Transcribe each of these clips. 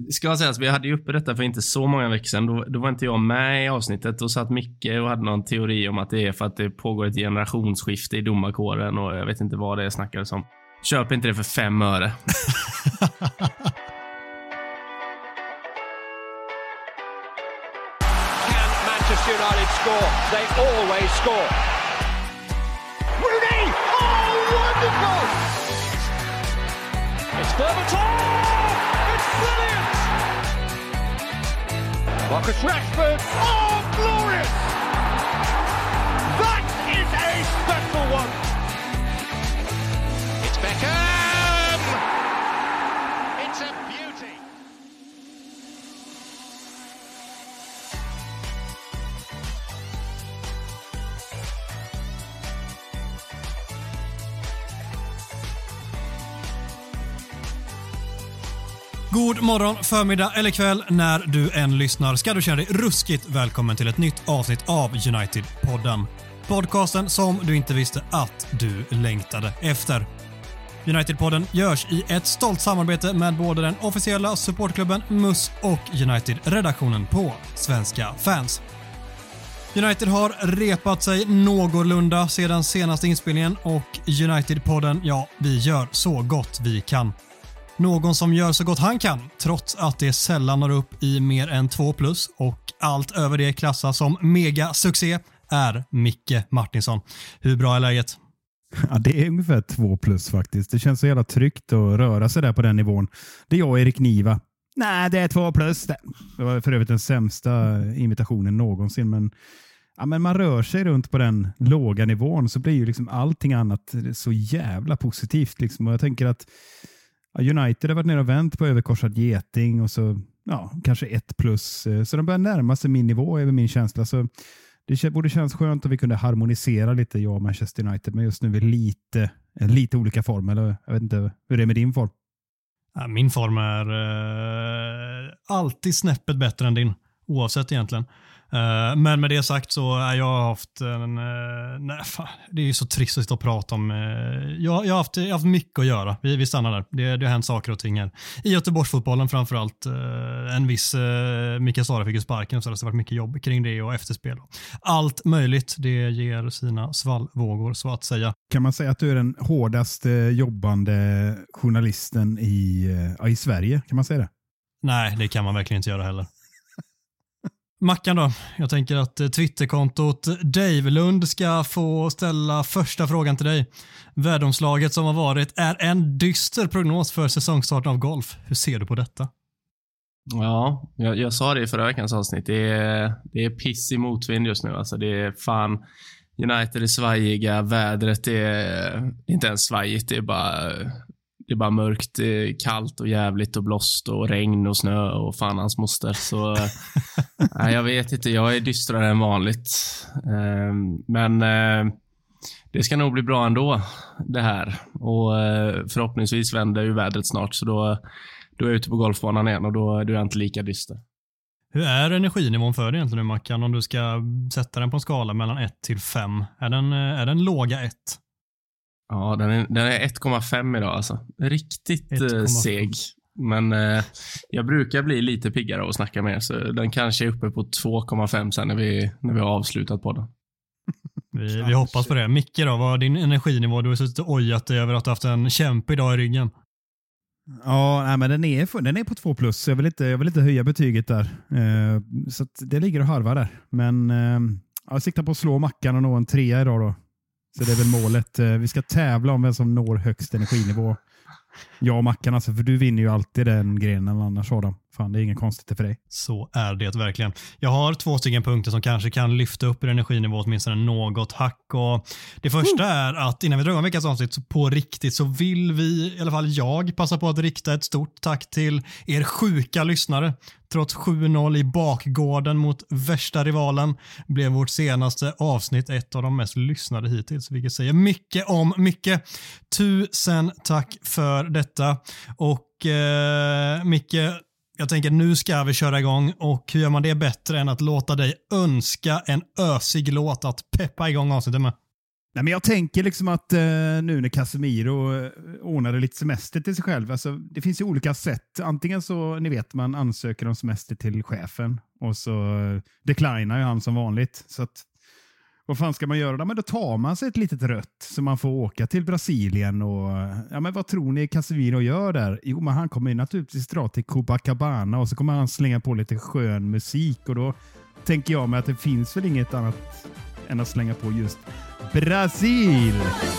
ska jag säga att vi hade ju uppe detta för inte så många veckor sedan. Då var inte jag med i avsnittet. Då satt Micke och hade någon teori om att det är för att det pågår ett generationsskifte i domarkåren och jag vet inte vad det snackades om. Köp inte det för 5 öre. Can Manchester United score? They always score. Rooney! Oh, wonderful! It's Berbatov! It's brilliant! Marcus Rashford! Oh, glorious! That is a special one! It's Beckham! It's a beauty! God morgon, förmiddag eller kväll när du än lyssnar ska du känna dig ruskigt välkommen till ett nytt avsnitt av United-podden. Podcasten som du inte visste att du längtade efter. United-podden görs i ett stolt samarbete med både den officiella supportklubben MUS och United-redaktionen på Svenska fans. United har repat sig någorlunda sedan senaste inspelningen och United-podden, ja, vi gör så gott vi kan. Någon som gör så gott han kan, trots att det sällan når upp i mer än 2+ och allt över det klassas som mega succé, är Micke Martinsson. Hur bra är läget? Ja, det är ungefär 2+ faktiskt. Det känns så jävla tryggt att röra sig där på den nivån. Det är jag och Erik Niva. Nej, det är 2+. Det var för övrigt den sämsta imitationen någonsin, men man rör sig runt på den låga nivån så blir ju liksom allting annat så jävla positivt liksom. Och jag tänker att United har varit nere och vänt på överkorsad geting och så kanske 1+. Så de börjar närma sig min nivå över min känsla. Så det borde kännas skönt om vi kunde harmonisera lite, jag och Manchester United. Men just nu är det lite olika form. Eller jag vet inte hur det är med din form. Ja, min form är alltid snäppet bättre än din. Oavsett egentligen. Men med det sagt så är jag haft det är ju så trist att sitta och prata om. Jag har haft mycket att göra. Vi stannar där. Det har hänt saker och ting här. I Göteborgsfotbollen framförallt. En viss Mikael Stare fick ju sparken, så det har varit mycket jobb kring det och efterspel. Allt möjligt. Det ger sina svallvågor så att säga. Kan man säga att du är den hårdaste jobbande journalisten i Sverige? Kan man säga det? Nej, det kan man verkligen inte göra heller. Mackan då, jag tänker att Twitterkontot Dave Lund ska få ställa första frågan till dig. Värdomslaget som har varit är en dyster prognos för säsongstarten av golf. Hur ser du på detta? Ja, jag sa det i förra veckans avsnitt. Det är piss i motvind just nu. Alltså det är fan, United är svajiga, vädret är inte ens svajigt, det är bara mörkt, kallt och jävligt och blåst och regn och snö och fan hans moster. Så nej, jag vet inte, jag är dystrare än vanligt. Men det ska nog bli bra ändå det här. Och förhoppningsvis vänder ju vädret snart, så då är jag ute på golfbanan igen och då är jag inte lika dyster. Hur är energinivån för dig egentligen nu, Mackan, om du ska sätta den på en skala mellan 1 till 5? Är den låga 1? Ja, den är 1,5 idag alltså. Riktigt seg. Men jag brukar bli lite piggare och snacka mer, så den kanske är uppe på 2,5 sen när vi har avslutat på den. Vi hoppas på det. Micke då, vad är din energinivå? Du har suttit och ojat dig över att du haft en kämpe idag i ryggen. Ja, nej, men den är på 2+. Jag vill inte höja betyget där. Så att det ligger och harvar där. Men jag siktar på att slå Mackan och nå en 3 idag då. Så det är väl målet. Vi ska tävla om vem som når högst energinivå. Jag och Mackan alltså, för du vinner ju alltid den grenen, annars Adam. Fan, det är ingen konstigt för dig. Så är det verkligen. Jag har 2 punkter som kanske kan lyfta upp energinivå åtminstone något hack. Och det första är att innan vi drar igång veckans avsnitt så på riktigt så vill vi, i alla fall jag, passa på att rikta ett stort tack till er sjuka lyssnare. Trots 7-0 i bakgården mot värsta rivalen blev vårt senaste avsnitt ett av de mest lyssnade hittills, vilket säger mycket om mycket. Tusen tack för detta. Och Micke, jag tänker nu ska vi köra igång, och hur gör man det bättre än att låta dig önska en ösig låt att peppa igång avsnittet med? Nej, men jag tänker liksom att nu när Casemiro ordnade lite semester till sig själv, alltså, det finns ju olika sätt. Antingen så, ni vet, man ansöker om semester till chefen och så declinar ju han som vanligt. Så att, vad fan ska man göra då? Men då tar man sig ett litet rött så man får åka till Brasilien och ja, men vad tror ni Casemiro gör där? Jo, men han kommer ju naturligtvis dra till Copacabana och så kommer han slänga på lite skön musik och då tänker jag mig att det finns väl inget annat än att slänga på just Brasil!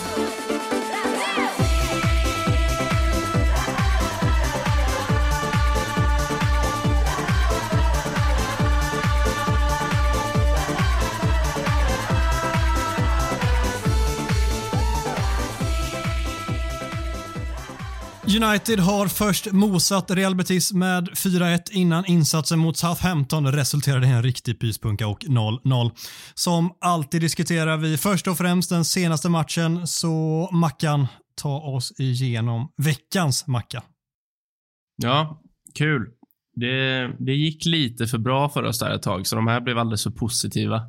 United har först mosat Real Betis med 4-1 innan insatsen mot Southampton resulterade i en riktig pyspunka och 0-0. Som alltid diskuterar vi först och främst den senaste matchen, så Mackan, ta oss igenom veckans Macka. Ja, kul. Det gick lite för bra för oss där ett tag, så de här blev alldeles för positiva.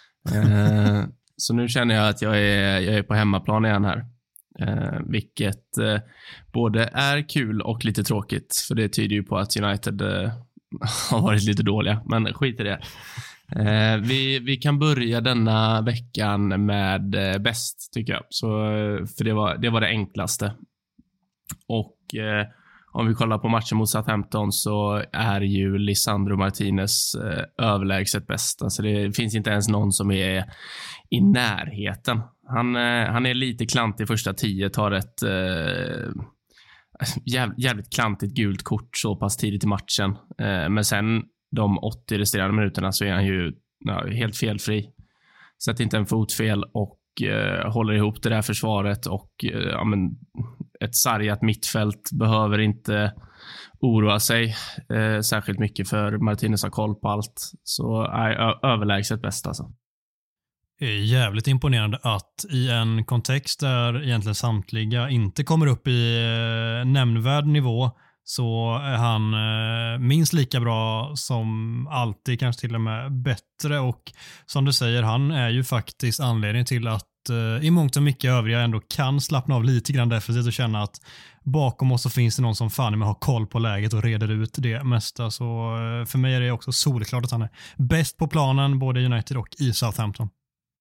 Så nu känner jag att jag är på hemmaplan igen här. Vilket både är kul och lite tråkigt, för det tyder ju på att United har varit lite dåliga, men skit i det. Vi kan börja denna veckan med bäst, tycker jag. Så, för det var det enklaste. Och om vi kollar på matchen mot Southampton så är ju Lisandro Martinez överlägset bäst. Alltså det finns inte ens någon som är i närheten. Han är lite klant i första 10, tar ett jävligt klantigt gult kort så pass tidigt i matchen. Men sen de 80 resterande minuterna så är han ju helt felfri. Sätter inte en fot fel och håller ihop det där försvaret och ett sargat mittfält behöver inte oroa sig särskilt mycket, för Martinez har koll på allt. Så är överlägset bäst alltså. Det är jävligt imponerande att i en kontext där egentligen samtliga inte kommer upp i nämnvärd nivå så är han minst lika bra som alltid, kanske till och med bättre, och som du säger, han är ju faktiskt anledningen till att i mångt och mycket övriga ändå kan slappna av lite grann defensivt och känna att bakom oss så finns det någon som fan med har koll på läget och reder ut det mesta. Så för mig är det också solklart att han är bäst på planen både i United och i Southampton.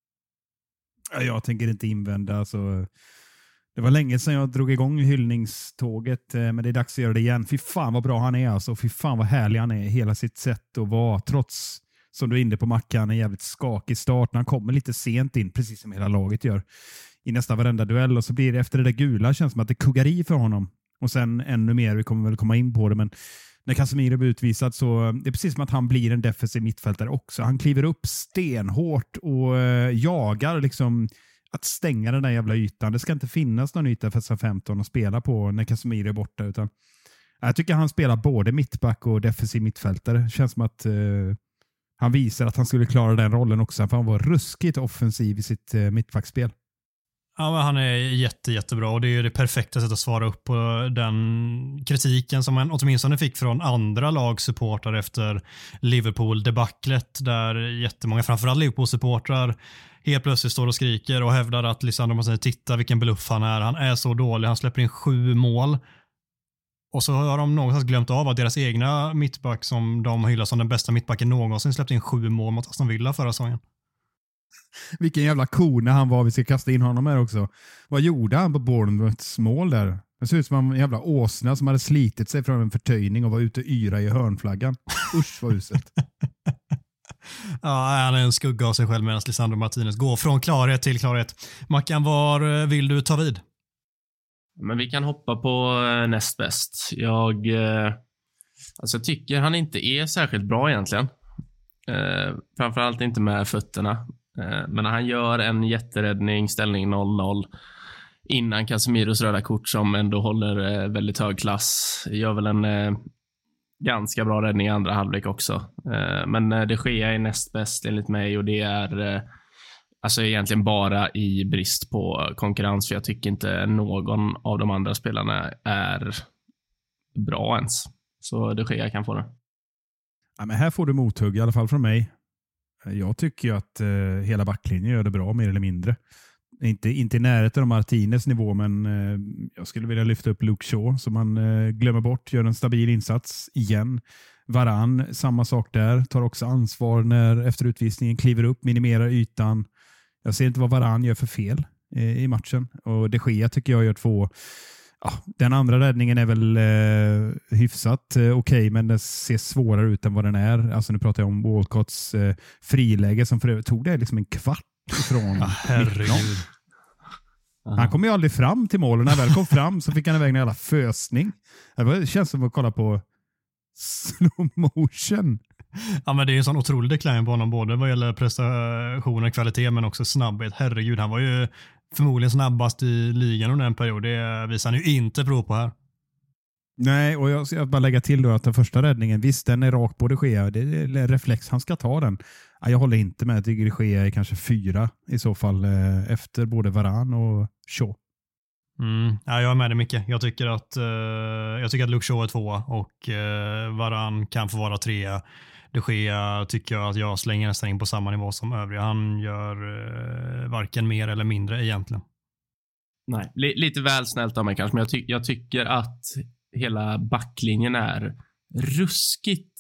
Jag tänker inte invända. Alltså, det var länge sedan jag drog igång hyllningståget, men det är dags att göra det igen. Fy fan vad bra han är alltså. Fy fan vad härlig han är i hela sitt sätt att vara. Trots, som du är inne på Mackan, en jävligt skakig start. Han kommer lite sent in, precis som hela laget gör, i nästan varenda duell. Och så blir det efter det där gula, känns som att det kuggar i för honom. Och sen ännu mer, vi kommer väl komma in på det, men när Casemiro blir utvisad så det är precis som att han blir en defensiv mittfältare också. Han kliver upp stenhårt och jagar liksom att stänga den där jävla ytan. Det ska inte finnas någon yta för Southampton att spela på när Casemiro är borta, utan jag tycker han spelar både mittback och defensiv mittfältare. Det känns som att han visar att han skulle klara den rollen också, för han var ruskigt offensiv i sitt mittbackspel. Ja, men han är jättebra och det är ju det perfekta sättet att svara upp på den kritiken som man åtminstone fick från andra lagsupportrar efter Liverpool-debaclet, där jättemånga, framförallt Liverpool-supportrar, helt plötsligt står och skriker och hävdar att Lisandro Martinez, titta vilken bluff han är så dålig, han släpper in 7 mål. Och så har de någonstans glömt av att deras egna mittback, som de hyllar som den bästa mittbacken någonsin, släppte in 7 mål mot Aston Villa förra säsongen. Vilken jävla kona han var. Vi ska kasta in honom här också. Vad gjorde han på Bournemouths mål där? Det ser ut som en jävla åsna som hade slitit sig från en förtöjning och var ute och yra i hörnflaggan. Usch vad uselt. Ja, han är en skugga av sig själv medan Lisandro Martinez går från klarhet till klarhet. Mackan, var vill du ta vid? Men vi kan hoppa på näst bäst. Jag tycker han inte är särskilt bra egentligen. Framförallt inte med fötterna. Men när han gör en jätteräddning, ställning 0-0 innan Casemiros röda kort, som ändå håller väldigt hög klass, gör väl en ganska bra räddning i andra halvlek också. Men det sker är näst bäst enligt mig, och det är egentligen bara i brist på konkurrens, för jag tycker inte någon av de andra spelarna är bra ens. Så det sker kan få det. Ja, men här får du mothugg i alla fall från mig. Jag tycker ju att hela backlinjen gör det bra, mer eller mindre. inte i närheten av Martinez nivå, men jag skulle vilja lyfta upp Luke Shaw som man glömmer bort, gör en stabil insats igen. Varane, samma sak där, tar också ansvar när efter utvisningen kliver upp, minimerar ytan. Jag ser inte vad Varane gör för fel i matchen, och De Gea tycker jag gör 2. Ja, den andra räddningen är väl hyfsat okej, men det ser svårare ut än vad den är. Alltså nu pratar jag om Walcotts friläge som för övrigt tog det liksom en kvart ifrån. Herregud. Han kom ju aldrig fram till mål, och när han väl kom fram så fick han iväg en jävla fösning. Det känns som att kolla på slow motion. Ja, men det är en sån otrolig deklarering på honom, både vad gäller prestationer, kvalitet, men också snabbhet. Herregud, han var ju förmodligen snabbast i ligan under en period. Det visar han ju inte prov på här. Nej, och jag ska bara lägga till då att den första räddningen, visst den är rakt på De Gea. Det är en reflex, han ska ta den. Ja, jag håller inte med att De Gea är kanske 4 i så fall efter både Varane och Shaw. Ja, jag är med dig mycket. Jag tycker att Luke Shaw är 2 och Varane kan få vara 3. De Gea tycker jag att jag slänger nästan in på samma nivå som övriga. Han gör varken mer eller mindre egentligen. Nej, lite väl snällt av mig kanske, men jag tycker att hela backlinjen är ruskigt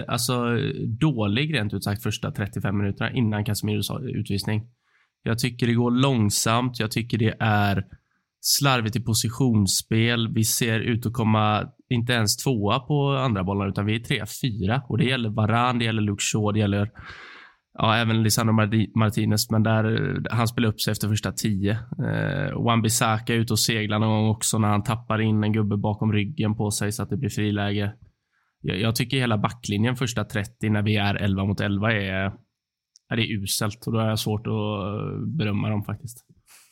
dålig rent ut sagt första 35 minuterna innan Casemiros utvisning. Jag tycker det går långsamt, jag tycker det är slarvigt i positionsspel. Vi ser ut att komma inte ens 2 på andra bollar, utan vi är 3-4, och det gäller Varane, det gäller Luke Shaw, det gäller även Lisandro Martinez, men där han spelar upp sig efter första 10. Wan-Bissaka är ute och seglar någon gång också när han tappar in en gubbe bakom ryggen på sig så att det blir friläge. Jag tycker hela backlinjen första 30 när vi är 11 mot 11 är uselt, och då är jag svårt att berömma dem faktiskt.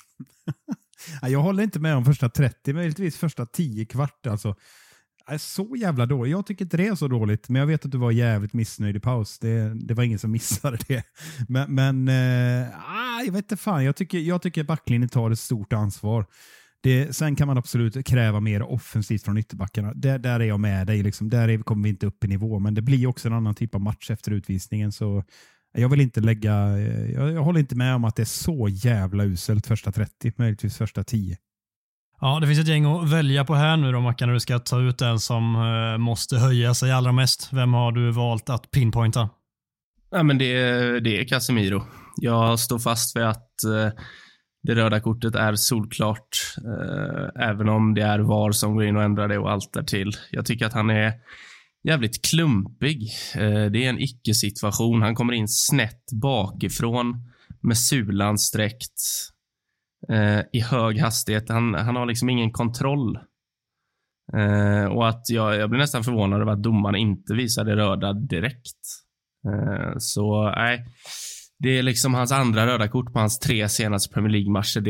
Jag håller inte med om första 30, möjligtvis första 10 kvart. Alltså, är så jävla dåligt. Jag tycker inte det är så dåligt, men jag vet att du var jävligt missnöjd i paus. Det var ingen som missade det. Men jag vet inte fan. Jag tycker backlinjen tar ett stort ansvar. Sen kan man absolut kräva mer offensivt från ytterbackarna. Där är jag med dig. Liksom. Där kommer vi inte upp i nivå, men det blir också en annan typ av match efter utvisningen, så jag vill inte jag håller inte med om att det är så jävla uselt första 30, möjligtvis första 10. Ja, det finns ett gäng att välja på här nu då, Mackan, när du ska ta ut den som måste höja sig allra mest. Vem har du valt att pinpointa? Ja, men det är Casemiro. Jag står fast vid att det röda kortet är solklart, även om det är VAR som går in och ändrar det och allt därtill. Jag tycker att han är jävligt klumpig. Det är en icke-situation. Han kommer in snett bakifrån med sulan sträckt i hög hastighet. Han har liksom ingen kontroll. Och att jag blir nästan förvånad över att domaren inte visade röda direkt. Så nej, det är liksom hans andra röda kort på hans 3 senaste Premier League-matcher.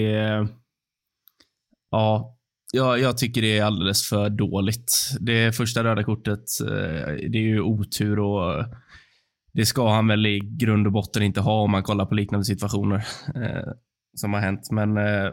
Jag tycker det är alldeles för dåligt. Det första röda kortet, det är ju otur, och det ska han väl i grund och botten inte ha om man kollar på liknande situationer som har hänt. Men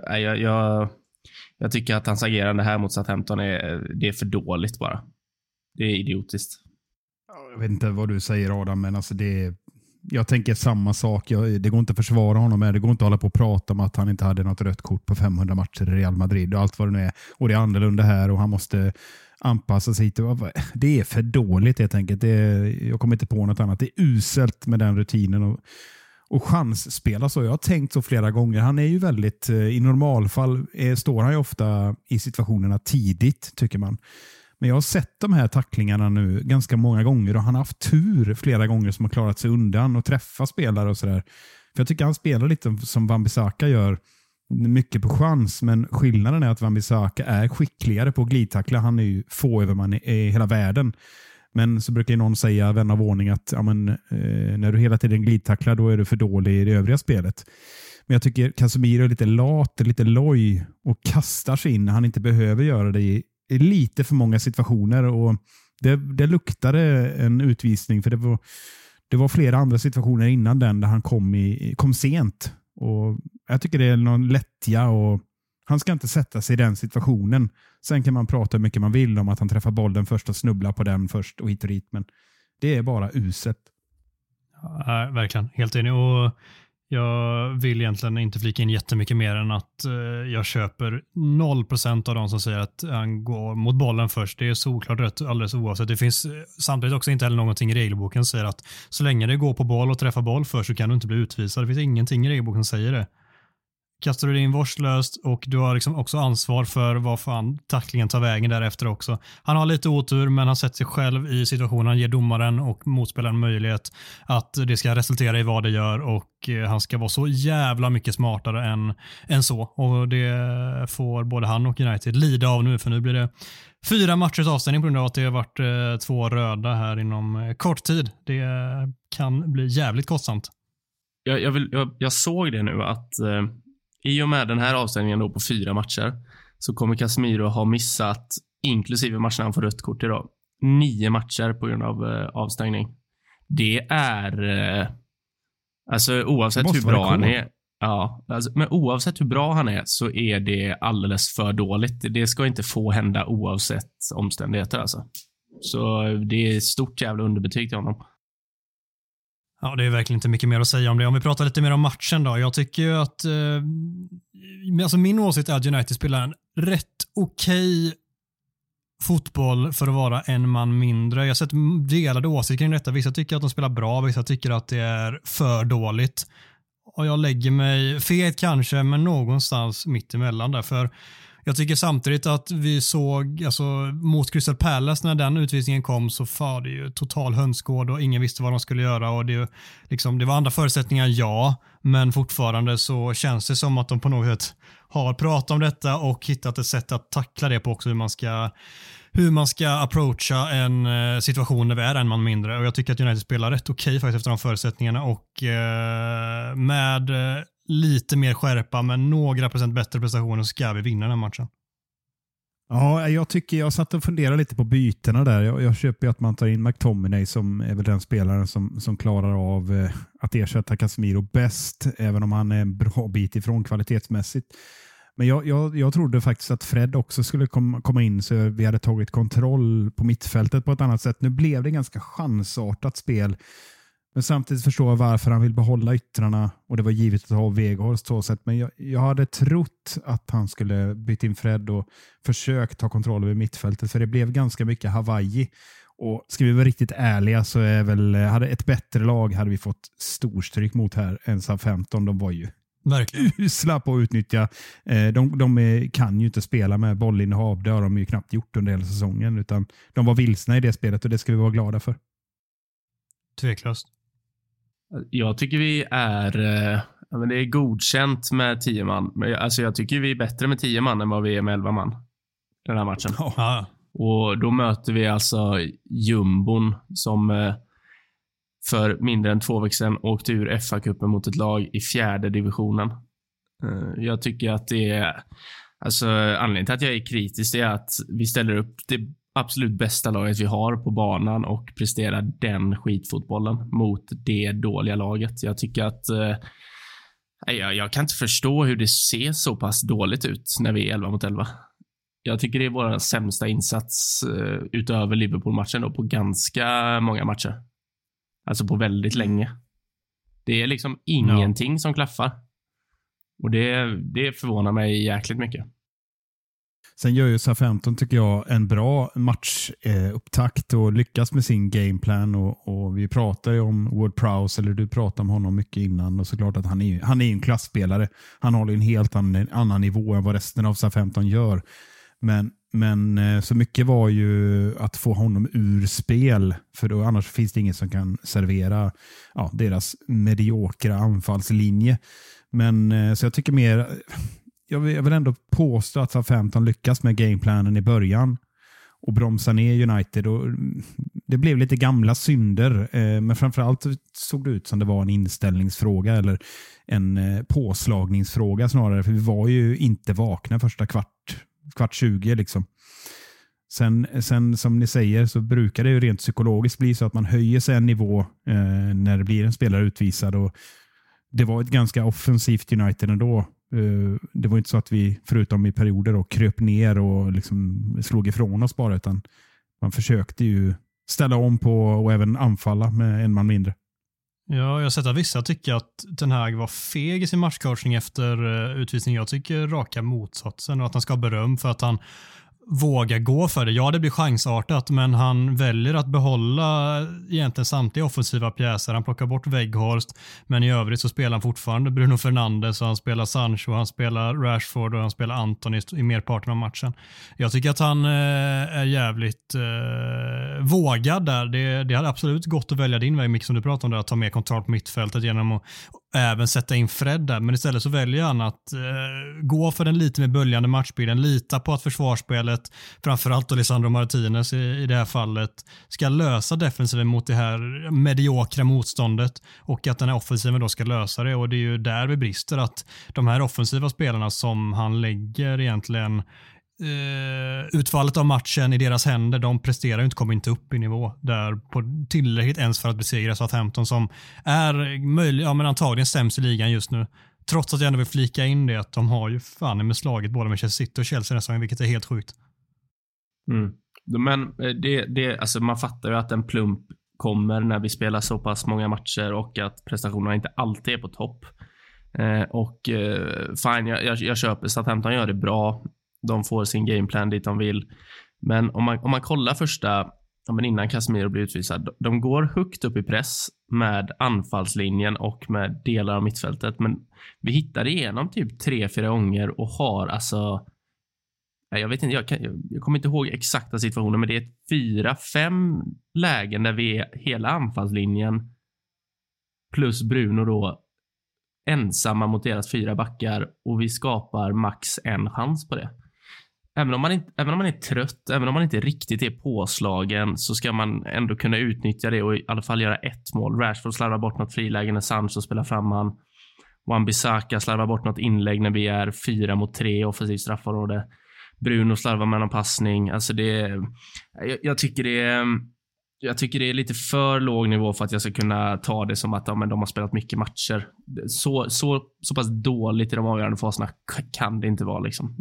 jag tycker att hans agerande här mot Southampton det är för dåligt bara. Det är idiotiskt. Jag vet inte vad du säger, Adam, men alltså jag tänker samma sak. Det går inte att försvara honom med. Det går inte att hålla på och prata om att han inte hade något rött kort på 500 matcher i Real Madrid och allt vad det nu är. Och det är annorlunda här, och han måste anpassa sig till. Det är för dåligt helt enkelt. Jag kommer inte på något annat. Det är uselt med den rutinen och chansspela så. Jag har tänkt så flera gånger. Han är ju väldigt, i normalfall står han ju ofta i situationerna tidigt, tycker man. Men jag har sett de här tacklingarna nu ganska många gånger, och han har haft tur flera gånger som har klarat sig undan och träffa spelare och sådär. För jag tycker han spelar lite som Wan-Bissaka gör, mycket på chans, men skillnaden är att Wan-Bissaka är skickligare på glidtackla. Han är ju få över man i hela världen. Men så brukar ju någon säga, vän av ordning, att när du hela tiden glidtacklar, då är du för dålig i det övriga spelet. Men jag tycker Casemiro är lite lat, lite loj och kastar sig in när han inte behöver göra det i lite för många situationer, och det luktade en utvisning, för det var flera andra situationer innan den där han kom sent, och jag tycker det är någon lättja, och han ska inte sätta sig i den situationen. Sen kan man prata hur mycket man vill om att han träffar bollen först och snubblar på den först och hit och dit, men det är bara uselt. Ja, verkligen, helt enig. Och Jag vill egentligen inte flika in jättemycket mer än att jag köper 0% av de som säger att han går mot bollen först. Det är såklart rätt alldeles oavsett. Det finns samtidigt också inte heller någonting i regelboken som säger att så länge det går på boll och träffar boll först så kan du inte bli utvisad. Det finns ingenting i regelboken som säger det. Kastar du det in vårdslöst och du har liksom också ansvar för vad fan tacklingen tar vägen därefter också. Han har lite otur men han sätter sig själv i situationen. Han ger domaren och motspelaren möjlighet att det ska resultera i vad det gör och han ska vara så jävla mycket smartare än så. Och det får både han och United lida av nu, för nu blir det 4 matchers avstängning på grund av att det har varit 2 röda här inom kort tid. Det kan bli jävligt kostsamt. Jag såg det nu att i och med den här avstängningen då på 4 matcher så kommer Casemiro ha missat, inklusive matcherna han får rött kort idag, 9 matcher på grund av avstängning. Det är alltså oavsett hur bra han är. Ja, alltså, men oavsett hur bra han är så är det alldeles för dåligt. Det ska inte få hända oavsett omständigheter alltså. Så det är stort jävla underbetyg till honom. Ja, det är verkligen inte mycket mer att säga om det. Om vi pratar lite mer om matchen då. Jag tycker ju att alltså min åsikt är att United spelar en rätt okej fotboll för att vara en man mindre. Jag har sett delade åsikter kring detta. Vissa tycker att de spelar bra, vissa tycker att det är för dåligt. Och jag lägger mig fet kanske, men någonstans mitt emellan där. För jag tycker samtidigt att vi såg alltså, mot Crystal Palace när den utvisningen kom så var det ju total hönsgård och ingen visste vad de skulle göra och det var andra förutsättningar, ja, men fortfarande så känns det som att de på något sätt har pratat om detta och hittat ett sätt att tackla det på också, hur man ska approacha en situation där vi är en man mindre, och jag tycker att United spelar rätt okej faktiskt efter de förutsättningarna och med lite mer skärpa men några procent bättre prestationer så ska vi vinna den här matchen. Ja, jag satt och funderade lite på bytena där. Jag köper ju att man tar in McTominay som är väl den spelaren som klarar av att ersätta Casemiro bäst, även om han är en bra bit ifrån kvalitetsmässigt. Men jag trodde faktiskt att Fred också skulle komma in så vi hade tagit kontroll på mittfältet på ett annat sätt. Nu blev det ganska chansartat spel. Men samtidigt förstår jag varför han vill behålla yttrarna och det var givet att ha Weghorst så sätt. Men jag hade trott att han skulle byta in Fred och försökt ta kontroll över mittfältet, för det blev ganska mycket Hawaii. Och ska vi vara riktigt ärliga så hade ett bättre lag hade vi fått storstryk mot här än Southampton. De var ju verkligen usla på att utnyttja. De kan ju inte spela med bollinnehav. Det har de ju knappt gjort under hela säsongen, utan de var vilsna i det spelet och det ska vi vara glada för. Tveklöst. Jag tycker vi är det är godkänt med 10 man. Alltså jag tycker vi är bättre med 10 man än vad vi är med 11 man den här matchen. Ja. Och då möter vi alltså Jumbon som för mindre än 2 veckor sedan åkte ur FA-cupen mot ett lag i 4:e divisionen. Jag tycker att det är alltså anledningen till att jag är kritisk är att vi ställer upp det absolut bästa laget vi har på banan och presterar den skitfotbollen mot det dåliga laget. Jag tycker att jag kan inte förstå hur det ser så pass dåligt ut när vi är 11 mot 11. Jag tycker det är vår sämsta insats utöver Liverpool-matchen då, på ganska många matcher. Alltså på väldigt länge. Det är liksom ingenting som klaffar. Och det förvånar mig jäkligt mycket. Sen gör ju Southampton, tycker jag, en bra matchupptakt och lyckas med sin gameplan och vi pratar ju om Ward-Prowse, eller du pratade om honom mycket innan, och såklart att han är en klassspelare. Han håller en helt annan nivå än vad resten av Southampton gör. Men så mycket var ju att få honom ur spel, för då annars finns det ingen som kan servera deras mediokra anfallslinje. Men så jag tycker mer, jag vill ändå påstå att Southampton lyckas med gameplanen i början och bromsa ner United, och det blev lite gamla synder, men framförallt såg det ut som det var en inställningsfråga eller en påslagningsfråga snarare, för vi var ju inte vakna första kvart 20 liksom. Sen som ni säger så brukar det ju rent psykologiskt bli så att man höjer sig en nivå när det blir en spelare utvisad, och det var ett ganska offensivt United ändå. Det var inte så att vi förutom i perioder då kröp ner och liksom slog ifrån oss bara, utan man försökte ju ställa om på och även anfalla med en man mindre. Ja, jag har sett att vissa tycker att Ten Hag var feg i sin matchcoachning efter utvisning. Jag tycker raka motsatsen och att han ska ha beröm för att han vågar gå för det. Ja, det blir chansartat, men han väljer att behålla egentligen samtliga offensiva pjäser. Han plockar bort Weghorst, men i övrigt så spelar han fortfarande Bruno Fernandes och han spelar Sancho, han spelar Rashford och han spelar Anton i merparten av matchen. Jag tycker att han är jävligt vågad där. Det hade absolut gått att välja din väg, Micke, som du pratade om där, att ta mer kontroll på mittfältet genom att även sätta in Fred där, men istället så väljer han att gå för den lite mer böljande matchbilden, lita på att försvarsspelet, framförallt Lisandro Martinez i det här fallet, ska lösa defensiven mot det här mediokra motståndet och att den här offensiven då ska lösa det, och det är ju där vi brister, att de här offensiva spelarna som han lägger egentligen utfallet av matchen i deras händer, de presterar inte, kommer inte upp i nivå där på tillräckligt ens för att besegra Southampton, som är men antagligen sämst i ligan just nu, trots att jag ändå vill flika in det att de har ju fan med slaget både Manchester City och Chelsea nästan, vilket är helt sjukt. Men alltså man fattar ju att en plump kommer när vi spelar så pass många matcher och att prestationerna inte alltid är på topp. Fine, jag köper Southampton gör det bra. De får sin gameplan dit de vill. Men om man kollar första, innan Casemiro blir utvisad, de går högt upp i press med anfallslinjen och med delar av mittfältet. Men vi hittar igenom typ 3-4 gånger och har alltså, jag vet inte, jag kommer inte ihåg exakta situationer, men det är 4-5 lägen där vi är hela anfallslinjen plus Bruno då ensamma mot deras 4 backar och vi skapar max en chans på det. Även om man är trött, även om man inte riktigt är påslagen, så ska man ändå kunna utnyttja det och i alla fall göra ett mål. Rashford slarvar bort något friläge när Sancho spelar fram han. Wan-Bissaka slarvar bort något inlägg när vi är 4 mot 3 offensivt straffområde. Bruno slarvar med någon passning. Alltså jag tycker det är lite för låg nivå för att jag ska kunna ta det som att de har spelat mycket matcher. Så pass dåligt i de avgörande faserna kan det inte vara liksom.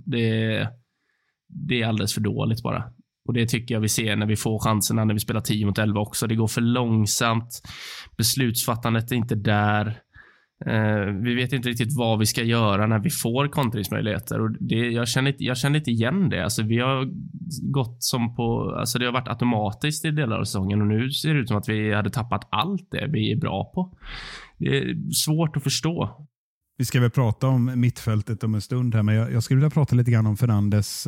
Det är alldeles för dåligt bara. Och det tycker jag vi ser när vi får chanserna när vi spelar 10 mot 11 också. Det går för långsamt. Beslutsfattandet är inte där. Vi vet inte riktigt vad vi ska göra när vi får kontringsmöjligheter. Och jag känner inte igen det. Alltså vi har gått som på... Alltså det har varit automatiskt i delar av säsongen. Och nu ser det ut som att vi hade tappat allt det vi är bra på. Det är svårt att förstå. Vi ska väl prata om mittfältet om en stund här, men jag skulle vilja prata lite grann om Fernandes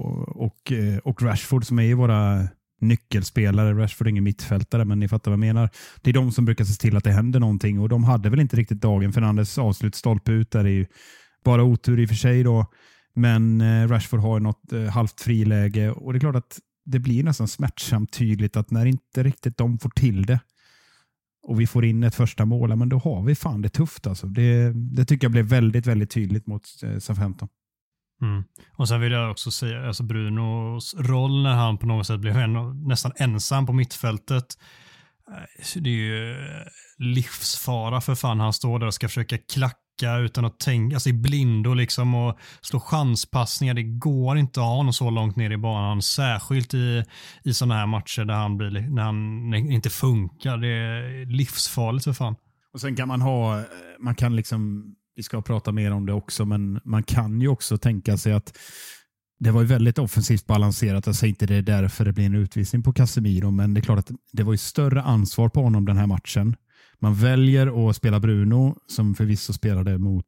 och Rashford som är våra nyckelspelare. Rashford är ingen mittfältare, men ni fattar vad jag menar. Det är de som brukar se till att det händer någonting och de hade väl inte riktigt dagen. Fernandes avslut stolpe ut där är ju bara otur i och för sig då, men Rashford har något halvt friläge och det är klart att det blir nästan smärtsamt tydligt att när inte riktigt de får till det och vi får in ett första mål, men då har vi fan det tufft alltså. Det tycker jag blev väldigt, väldigt tydligt mot Southampton. Och sen vill jag också säga, alltså Brunos roll när han på något sätt blev nästan ensam på mittfältet, det är ju livsfara för fan. Han står där och ska försöka klacka utan att tänka, alltså i blindo liksom, och slå chanspassningar. Det går inte att ha honom så långt ner i banan, särskilt i sådana här matcher där när han inte funkar. Det är livsfarligt för fan. Och sen kan man kan liksom, vi ska prata mer om det också, men man kan ju också tänka sig att det var ju väldigt offensivt balanserat. Jag säger inte det är därför det blir en utvisning på Casemiro, men det är klart att det var ju större ansvar på honom den här matchen. Man väljer att spela Bruno, som förvisso spelade mot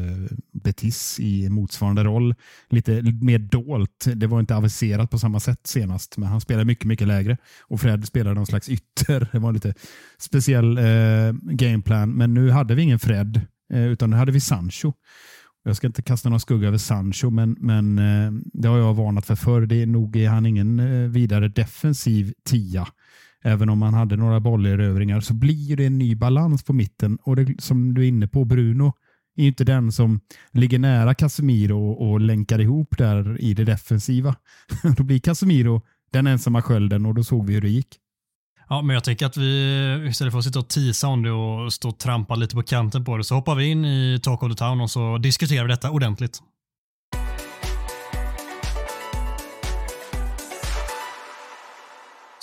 Betis i motsvarande roll. Lite mer dolt. Det var inte aviserat på samma sätt senast, men han spelade mycket, mycket lägre. Och Fred spelade någon slags ytter. Det var lite speciell gameplan. Men nu hade vi ingen Fred, utan nu hade vi Sancho. Jag ska inte kasta någon skugga över Sancho, men det har jag varnat för förr. Det är nog han ingen vidare defensiv 10. Även om man hade några bollerövringar så blir det en ny balans på mitten. Och det, som du är inne på, Bruno är inte den som ligger nära Casemiro och länkar ihop där i det defensiva. Då blir Casemiro den ensamma skölden och då såg vi hur det gick. Ja, men jag tänker att vi istället för att sitta och tisa om det och stå och trampa lite på kanten på det, så hoppar vi in i Talk of the Town och så diskuterar vi detta ordentligt.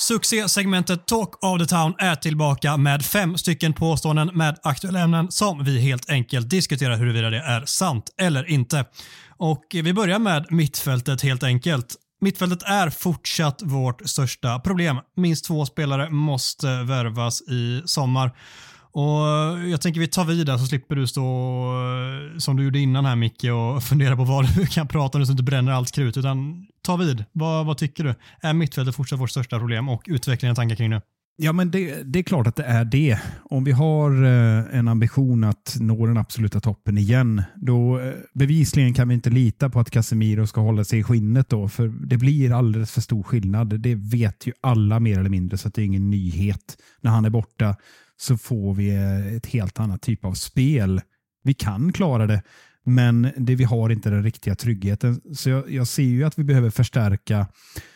Succésegmentet Talk of the Town är tillbaka med 5 stycken påståenden med aktuella ämnen som vi helt enkelt diskuterar huruvida det är sant eller inte. Och vi börjar med mittfältet helt enkelt. Mittfältet är fortsatt vårt största problem. Minst 2 spelare måste värvas i sommar. Och jag tänker vi tar vidare så slipper du stå som du gjorde innan här Micke och fundera på vad du kan prata om så du inte bränner allt krut, utan ta vid. Vad tycker du? Är mittfältet fortsatt vårt största problem och utvecklingen och tankar kring det? Ja, men det är klart att det är det. Om vi har en ambition att nå den absoluta toppen igen, då bevisligen kan vi inte lita på att Casemiro ska hålla sig i skinnet då, för det blir alldeles för stor skillnad. Det vet ju alla mer eller mindre, så att det är ingen nyhet. När han är borta så får vi ett helt annat typ av spel. Vi kan klara det, men vi har inte den riktiga tryggheten. Så jag ser ju att vi behöver förstärka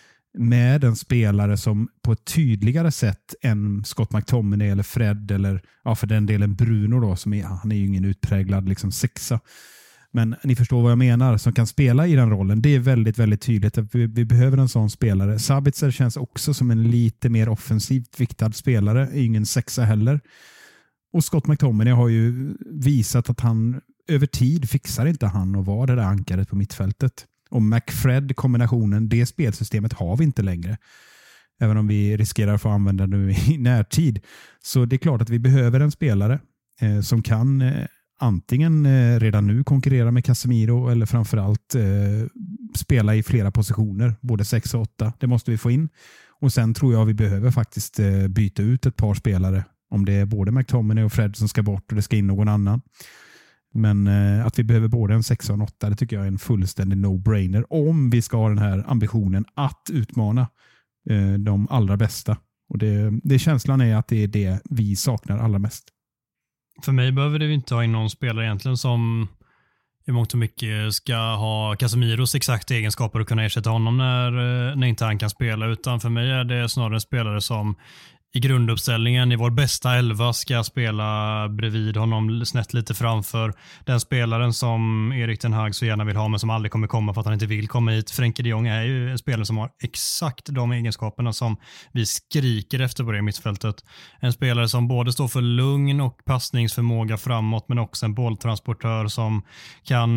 med en spelare som på ett tydligare sätt än Scott McTominay eller Fred eller för den delen Bruno då, han är ju ingen utpräglad liksom sexa. Men ni förstår vad jag menar, som kan spela i den rollen. Det är väldigt, väldigt tydligt att vi behöver en sån spelare. Sabitzer känns också som en lite mer offensivt viktad spelare. Är ingen sexa heller. Och Scott McTominay har ju visat att han över tid fixar inte han att vara det där ankaret på mittfältet. Och McFred-kombinationen, det spelsystemet har vi inte längre. Även om vi riskerar att få använda nu i närtid. Så det är klart att vi behöver en spelare som kan antingen redan nu konkurrera med Casemiro eller framförallt spela i flera positioner, både 6 och 8. Det måste vi få in. Och sen tror jag vi behöver faktiskt byta ut ett par spelare. Om det är både McTominay och Fred som ska bort och det ska in någon annan. Men att vi behöver både en 6 och en 8, det tycker jag är en fullständig no-brainer om vi ska ha den här ambitionen att utmana de allra bästa. Och det känslan är att det är det vi saknar allra mest. För mig behöver det inte ha in någon spelare egentligen som i mångt och mycket ska ha Casemiros exakta egenskaper och kunna ersätta honom när inte han kan spela, utan för mig är det snarare en spelare som i grunduppställningen i vår bästa 11 ska spela bredvid honom, snett lite framför. Den spelaren som Erik Ten Hag så gärna vill ha men som aldrig kommer komma för att han inte vill komma hit. Frenkie de Jong är ju en spelare som har exakt de egenskaperna som vi skriker efter på det mittfältet. En spelare som både står för lugn och passningsförmåga framåt, men också en bolltransportör som kan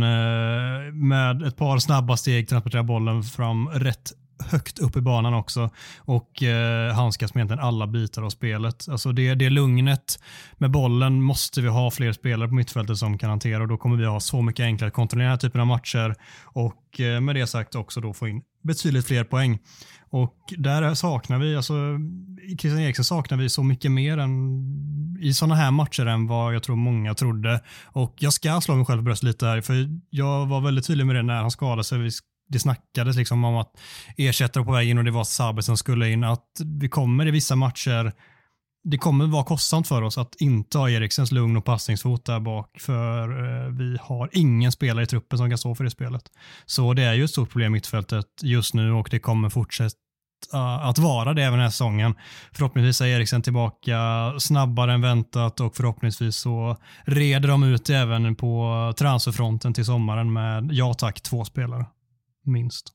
med ett par snabba steg transportera bollen fram rätt högt upp i banan också och handskas med egentligen alla bitar av spelet. Alltså det lugnet med bollen måste vi ha fler spelare på mittfältet som kan hantera, och då kommer vi ha så mycket enklare att kontrollera den här typen av matcher och med det sagt också då få in betydligt fler poäng. Och där saknar vi, alltså i Christian Eriksen saknar vi så mycket mer än i sådana här matcher än vad jag tror många trodde. Och jag ska slå mig själv på bröstet lite här, för jag var väldigt tydlig med det när han skadade sig. Det snackades liksom om att ersättare på väg in och det var Sabitzer som skulle in, att vi kommer i vissa matcher, det kommer vara kostsamt för oss att inte ha Eriksens lugn och passningsfot där bak, för vi har ingen spelare i truppen som kan stå för det spelet. Så det är ju ett stort problem i mittfältet just nu och det kommer fortsätta att vara det även den här säsongen. Förhoppningsvis är Eriksen tillbaka snabbare än väntat och förhoppningsvis så reder de ut även på transferfronten till sommaren med 2 spelare. Minst.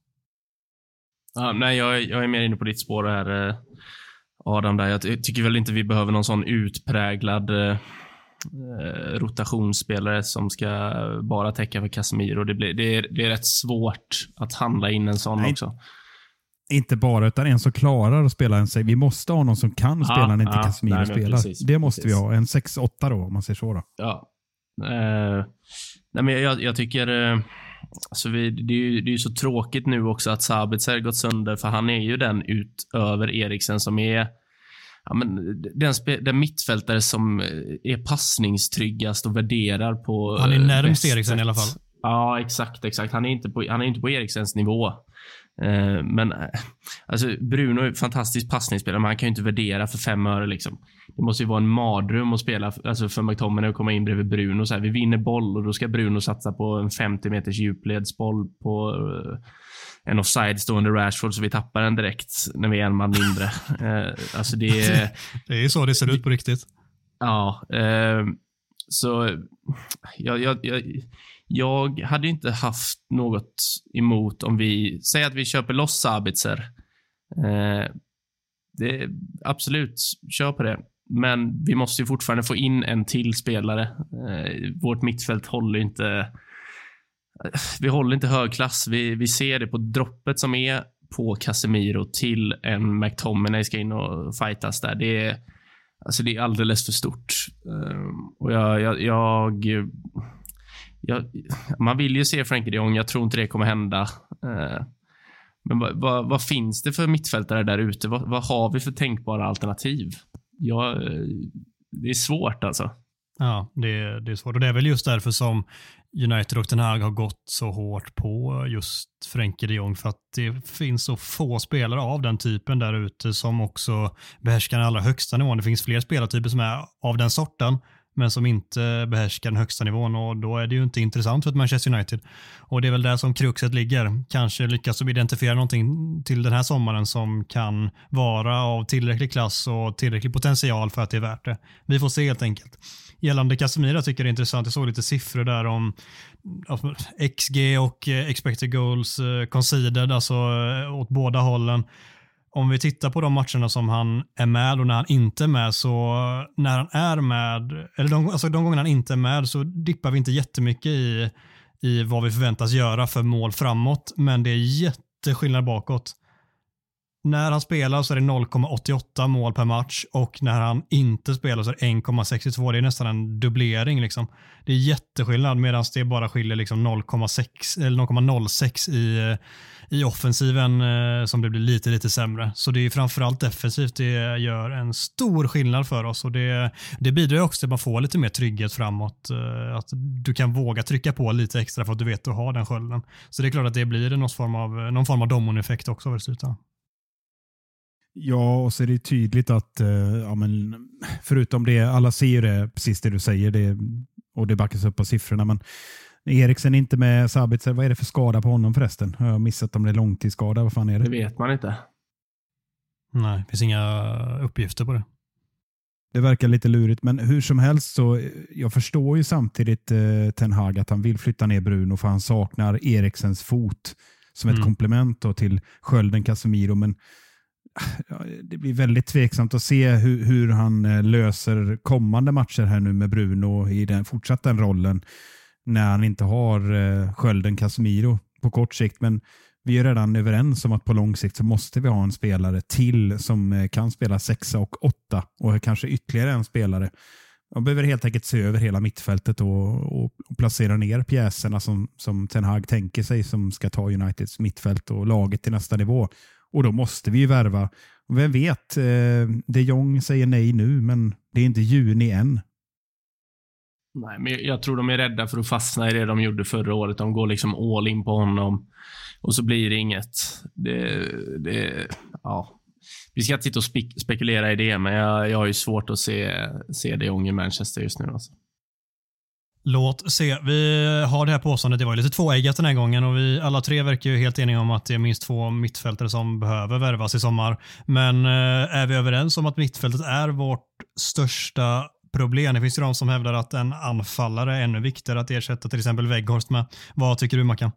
Ja, nej, jag är mer inne på ditt spår här, Adam. Där. Jag tycker väl inte vi behöver någon sån utpräglad rotationsspelare som ska bara täcka för Casemiro. Det är rätt svårt att handla in en sån också. Inte bara, utan en som klarar att spela en sig. Vi måste ha någon som kan spela när inte Casemiro spelar. Precis, det måste vi ha. En 6-8 då, om man säger så då. Ja. Nej, men jag tycker alltså det är ju så tråkigt nu också att Sabitzer gått sönder, för han är ju den utöver Eriksen som är den mittfältare som är passningstryggast och värderar på. Han är närmast Eriksen i alla fall. Ja, exakt. Han är inte på Eriksens nivå. Men alltså Bruno är fantastisk passningsspelare, men han kan ju inte värdera för 5 öre liksom. Det måste ju vara en mardröm att spela alltså för McTominay att komma in bredvid Bruno så här. Vi vinner boll och då ska Bruno satsa på en 50 meters djupledsboll på en offside stående Rashford, så vi tappar den direkt när vi är en man mindre. Alltså det är så det ser ut på riktigt. Ja, så jag hade inte haft något emot om vi säger att vi köper loss Sabitzer absolut, kör på det. Men vi måste ju fortfarande få in en till spelare. Vårt mittfält håller inte... Vi håller inte hög klass. Vi ser det på droppet som är på Casemiro till en McTominay ska in och fightas där. Det är alldeles för stort. Och man vill ju se Frenkie de Jong. Jag tror inte det kommer hända. Men vad finns det för mittfältare där ute? Vad har vi för tänkbara alternativ? Det är svårt alltså. Ja, det är svårt. Och det är väl just därför som United och Ten Hag har gått så hårt på just Frenkie de Jong, för att det finns så få spelare av den typen där ute som också behärskar den allra högsta nivån. Det finns fler spelartyper som är av den sorten men som inte behärskar den högsta nivån, och då är det ju inte intressant för ett Manchester United. Och det är väl där som kruxet ligger. Kanske lyckas de identifiera någonting till den här sommaren som kan vara av tillräcklig klass och tillräcklig potential för att det är värt det. Vi får se helt enkelt. Gällande Casemiro tycker jag det är intressant. Jag såg lite siffror där om XG och expected goals conceded, alltså åt båda hållen. Om vi tittar på de matcherna som han är med och när han inte är med, så när han är med, eller de gånger han inte är med, så dippar vi inte jättemycket i vad vi förväntas göra för mål framåt, men det är jätteskillnad bakåt. När han spelar så är det 0,88 mål per match, och när han inte spelar så är det 1,62. Det är nästan en dubblering liksom. Det är jätteskillnad, medan det bara skiljer liksom 0,6 eller 0,06 i offensiven som det blir lite sämre. Så det är framförallt defensivt det gör en stor skillnad för oss, och det bidrar också till att man får lite mer trygghet framåt. Att du kan våga trycka på lite extra för att du vet att du har den skölden. Så det är klart att det blir någon form av dominoeffekt också över slutet. Ja, och så är det tydligt att förutom det, alla ser ju det, precis det du säger, och det backas upp på siffrorna, men Eriksen är inte med, Sabitzer, vad är det för skada på honom förresten? Jag har missat om det är långtidsskada, vad fan är det? Det vet man inte. Nej, det finns inga uppgifter på det. Det verkar lite lurigt, men hur som helst så jag förstår ju samtidigt Ten Hag att han vill flytta ner Bruno för han saknar Eriksens fot som ett komplement då till skölden Casemiro, men det blir väldigt tveksamt att se hur han löser kommande matcher här nu med Bruno i den fortsatta rollen när han inte har skölden Casemiro på kort sikt. Men vi är redan överens om att på lång sikt så måste vi ha en spelare till som kan spela 6 och 8 och kanske ytterligare en spelare. Man behöver helt enkelt se över hela mittfältet och placera ner pjäserna som Ten Hag tänker sig som ska ta Uniteds mittfält och laget till nästa nivå. Och då måste vi ju värva. Och vem vet, de Jong säger nej nu, men det är inte juni än. Nej, men jag tror de är rädda för att fastna i det de gjorde förra året. De går liksom all in på honom och så blir det inget. Ja. Vi ska inte sitta och spekulera i det, men jag har ju svårt att se de Jong i Manchester just nu. Alltså. Låt se. Vi har det här påståendet. Det var ju lite tvåeggat den här gången och vi alla tre verkar ju helt eniga om att det är minst 2 mittfältare som behöver värvas i sommar. Men är vi överens om att mittfältet är vårt största problem? Det finns ju de som hävdar att en anfallare är ännu viktigare att ersätta till exempel Weghorst med. Vad tycker du, Mackan?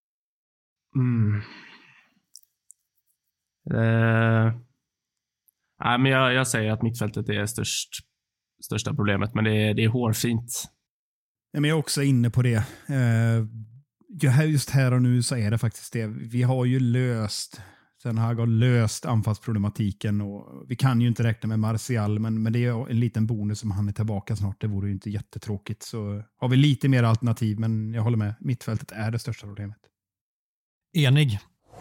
Nej, men jag säger att mittfältet är största problemet, men det är hårfint. Men jag är också inne på det. Just här och nu så är det faktiskt det. Vi har ju Ten Hag har löst anfallsproblematiken och vi kan ju inte räkna med Martial, men det är en liten bonus om han är tillbaka snart. Det vore ju inte jättetråkigt. Så har vi lite mer alternativ, men jag håller med. Mittfältet är det största problemet. Enig.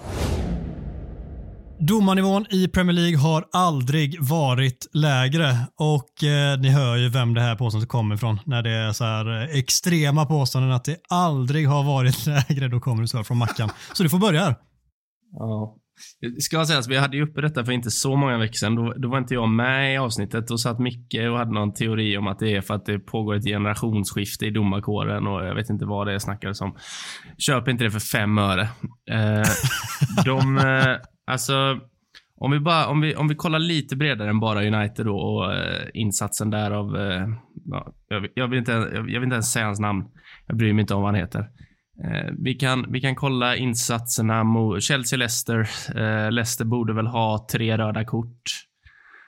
Domarnivån i Premier League har aldrig varit lägre och ni hör ju vem det här påståendet kommer ifrån. När det är så här extrema påståenden att det aldrig har varit lägre, då kommer det så här från Mackan. Så du får börja här. Ja. Ska jag säga att vi hade ju uppe detta för inte så många veckor sedan. Då var inte jag med i avsnittet och satt Micke och hade någon teori om att det är för att det pågår ett generationsskifte i domarkåren och jag vet inte vad det snackades om. Köp inte det för 5 öre. Alltså om vi kollar lite bredare än bara United då, och insatsen där av jag vill inte ens säga hans namn. Jag bryr mig inte om vad han heter. Vi kan kolla insatserna mot Chelsea-Leicester. Leicester borde väl ha 3 röda kort.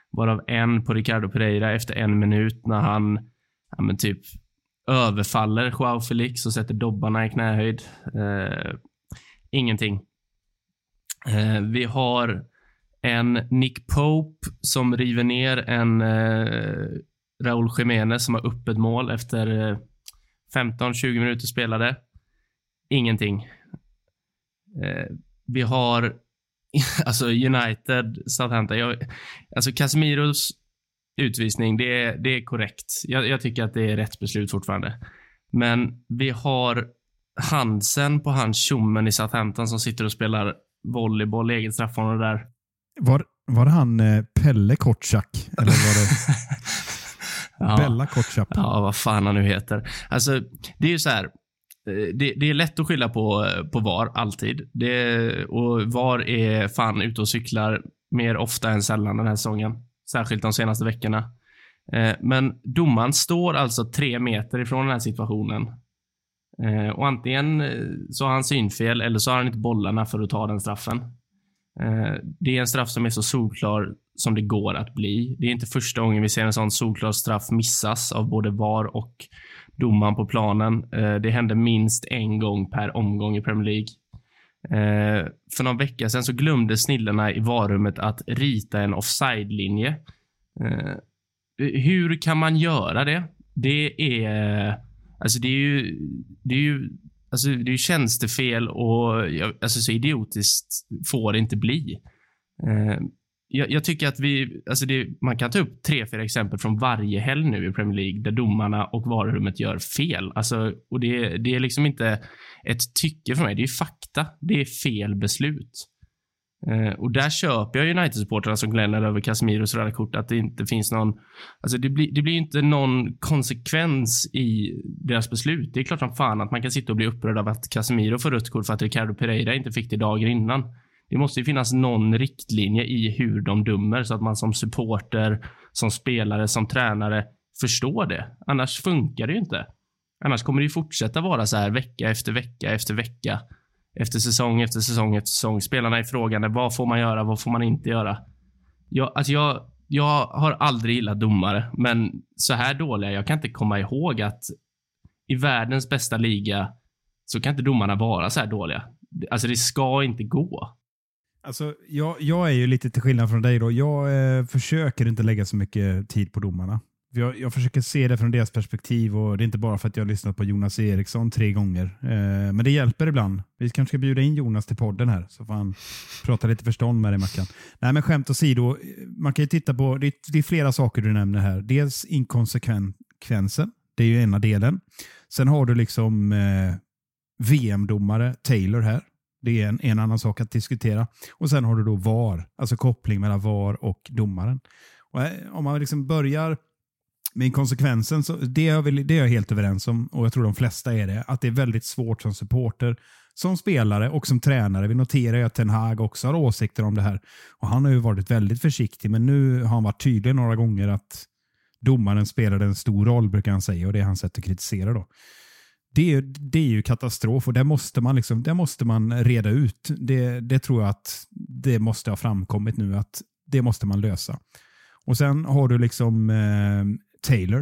varav en på Ricardo Pereira efter 1 minut när han typ överfaller Joao Felix och sätter dobbarna i knähöjd. Ingenting. Vi har en Nick Pope som river ner en Raúl Jiménez som har öppet mål efter 15-20 minuter spelade. Ingenting. Vi har alltså United, Southampton. Alltså Casemiros utvisning, det är korrekt. Jag tycker att det är rätt beslut fortfarande. Men vi har Hansen på hans tjommen i Southampton som sitter och spelar volleyboll i eget straffområde där. Var det han Pelle Kortsak? Eller var det ja. Bella Kortsak? Ja, vad fan han nu heter. Alltså, det är ju så här. Det är lätt att skylla på VAR alltid. Och VAR är fan ute och cyklar mer ofta än sällan den här säsongen. Särskilt de senaste veckorna. Men domaren står alltså 3 meter ifrån den här situationen. Och antingen så har han synfel eller så har han inte bollarna för att ta den straffen. Det är en straff som är så solklar som det går att bli. Det är inte första gången vi ser en sån solklar straff missas av både VAR och domaren på planen. Det hände minst en gång per omgång i Premier League. För någon vecka sedan så glömde snillena i VAR-rummet att rita en offside-linje. Hur kan man göra det? Det är ju tjänstefel och alltså så idiotiskt får det inte bli. Jag tycker att man kan ta upp 3-4 exempel från varje helg nu i Premier League där domarna och VAR-rummet gör fel. Alltså, och det är liksom inte ett tycke för mig, det är fakta. Det är fel beslut. Och där köper jag United-supportrarna som gnäller över Casemiros röda kort att det inte finns någon, alltså det blir inte någon konsekvens i deras beslut. Det är klart som fan att man kan sitta och bli upprörd av att Casemiro får rött kort för att Ricardo Pereira inte fick det dagar innan. Det måste ju finnas någon riktlinje i hur de dömer så att man som supporter, som spelare, som tränare förstår det. Annars funkar det ju inte. Annars kommer det ju fortsätta vara så här vecka efter vecka efter vecka. Efter säsong efter säsong efter säsong. Spelarna är frågande, vad får man göra, vad får man inte göra? Jag har aldrig gillat domare, men så här dåliga, jag kan inte komma ihåg att i världens bästa liga så kan inte domarna vara så här dåliga. Alltså det ska inte gå. Alltså, jag är ju lite till skillnad från dig då. Jag försöker inte lägga så mycket tid på domarna. Jag försöker se det från deras perspektiv och det är inte bara för att jag har lyssnat på Jonas Eriksson 3 gånger. Men det hjälper ibland. Vi kanske ska bjuda in Jonas till podden här så får han prata lite förstånd med dig, Mackan. Nej, men skämt åsido, man kan ju titta på, det är flera saker du nämner här. Dels inkonsekvensen, det är ju ena delen. Sen har du liksom VM-domare Taylor här. Det är en annan sak att diskutera. Och sen har du då VAR, alltså koppling mellan VAR och domaren. Och om man liksom börjar med inkonsekvensen, så det är jag helt överens om, och jag tror de flesta är det, att det är väldigt svårt som supporter, som spelare och som tränare. Vi noterar ju att Ten Hag också har åsikter om det här. Och han har ju varit väldigt försiktig, men nu har han varit tydlig några gånger att domaren spelade en stor roll, brukar han säga, och det är hans sätt att kritisera då. Det är ju katastrof och det måste man reda ut. Det tror jag att det måste ha framkommit nu att det måste man lösa. Och sen har du liksom Taylor.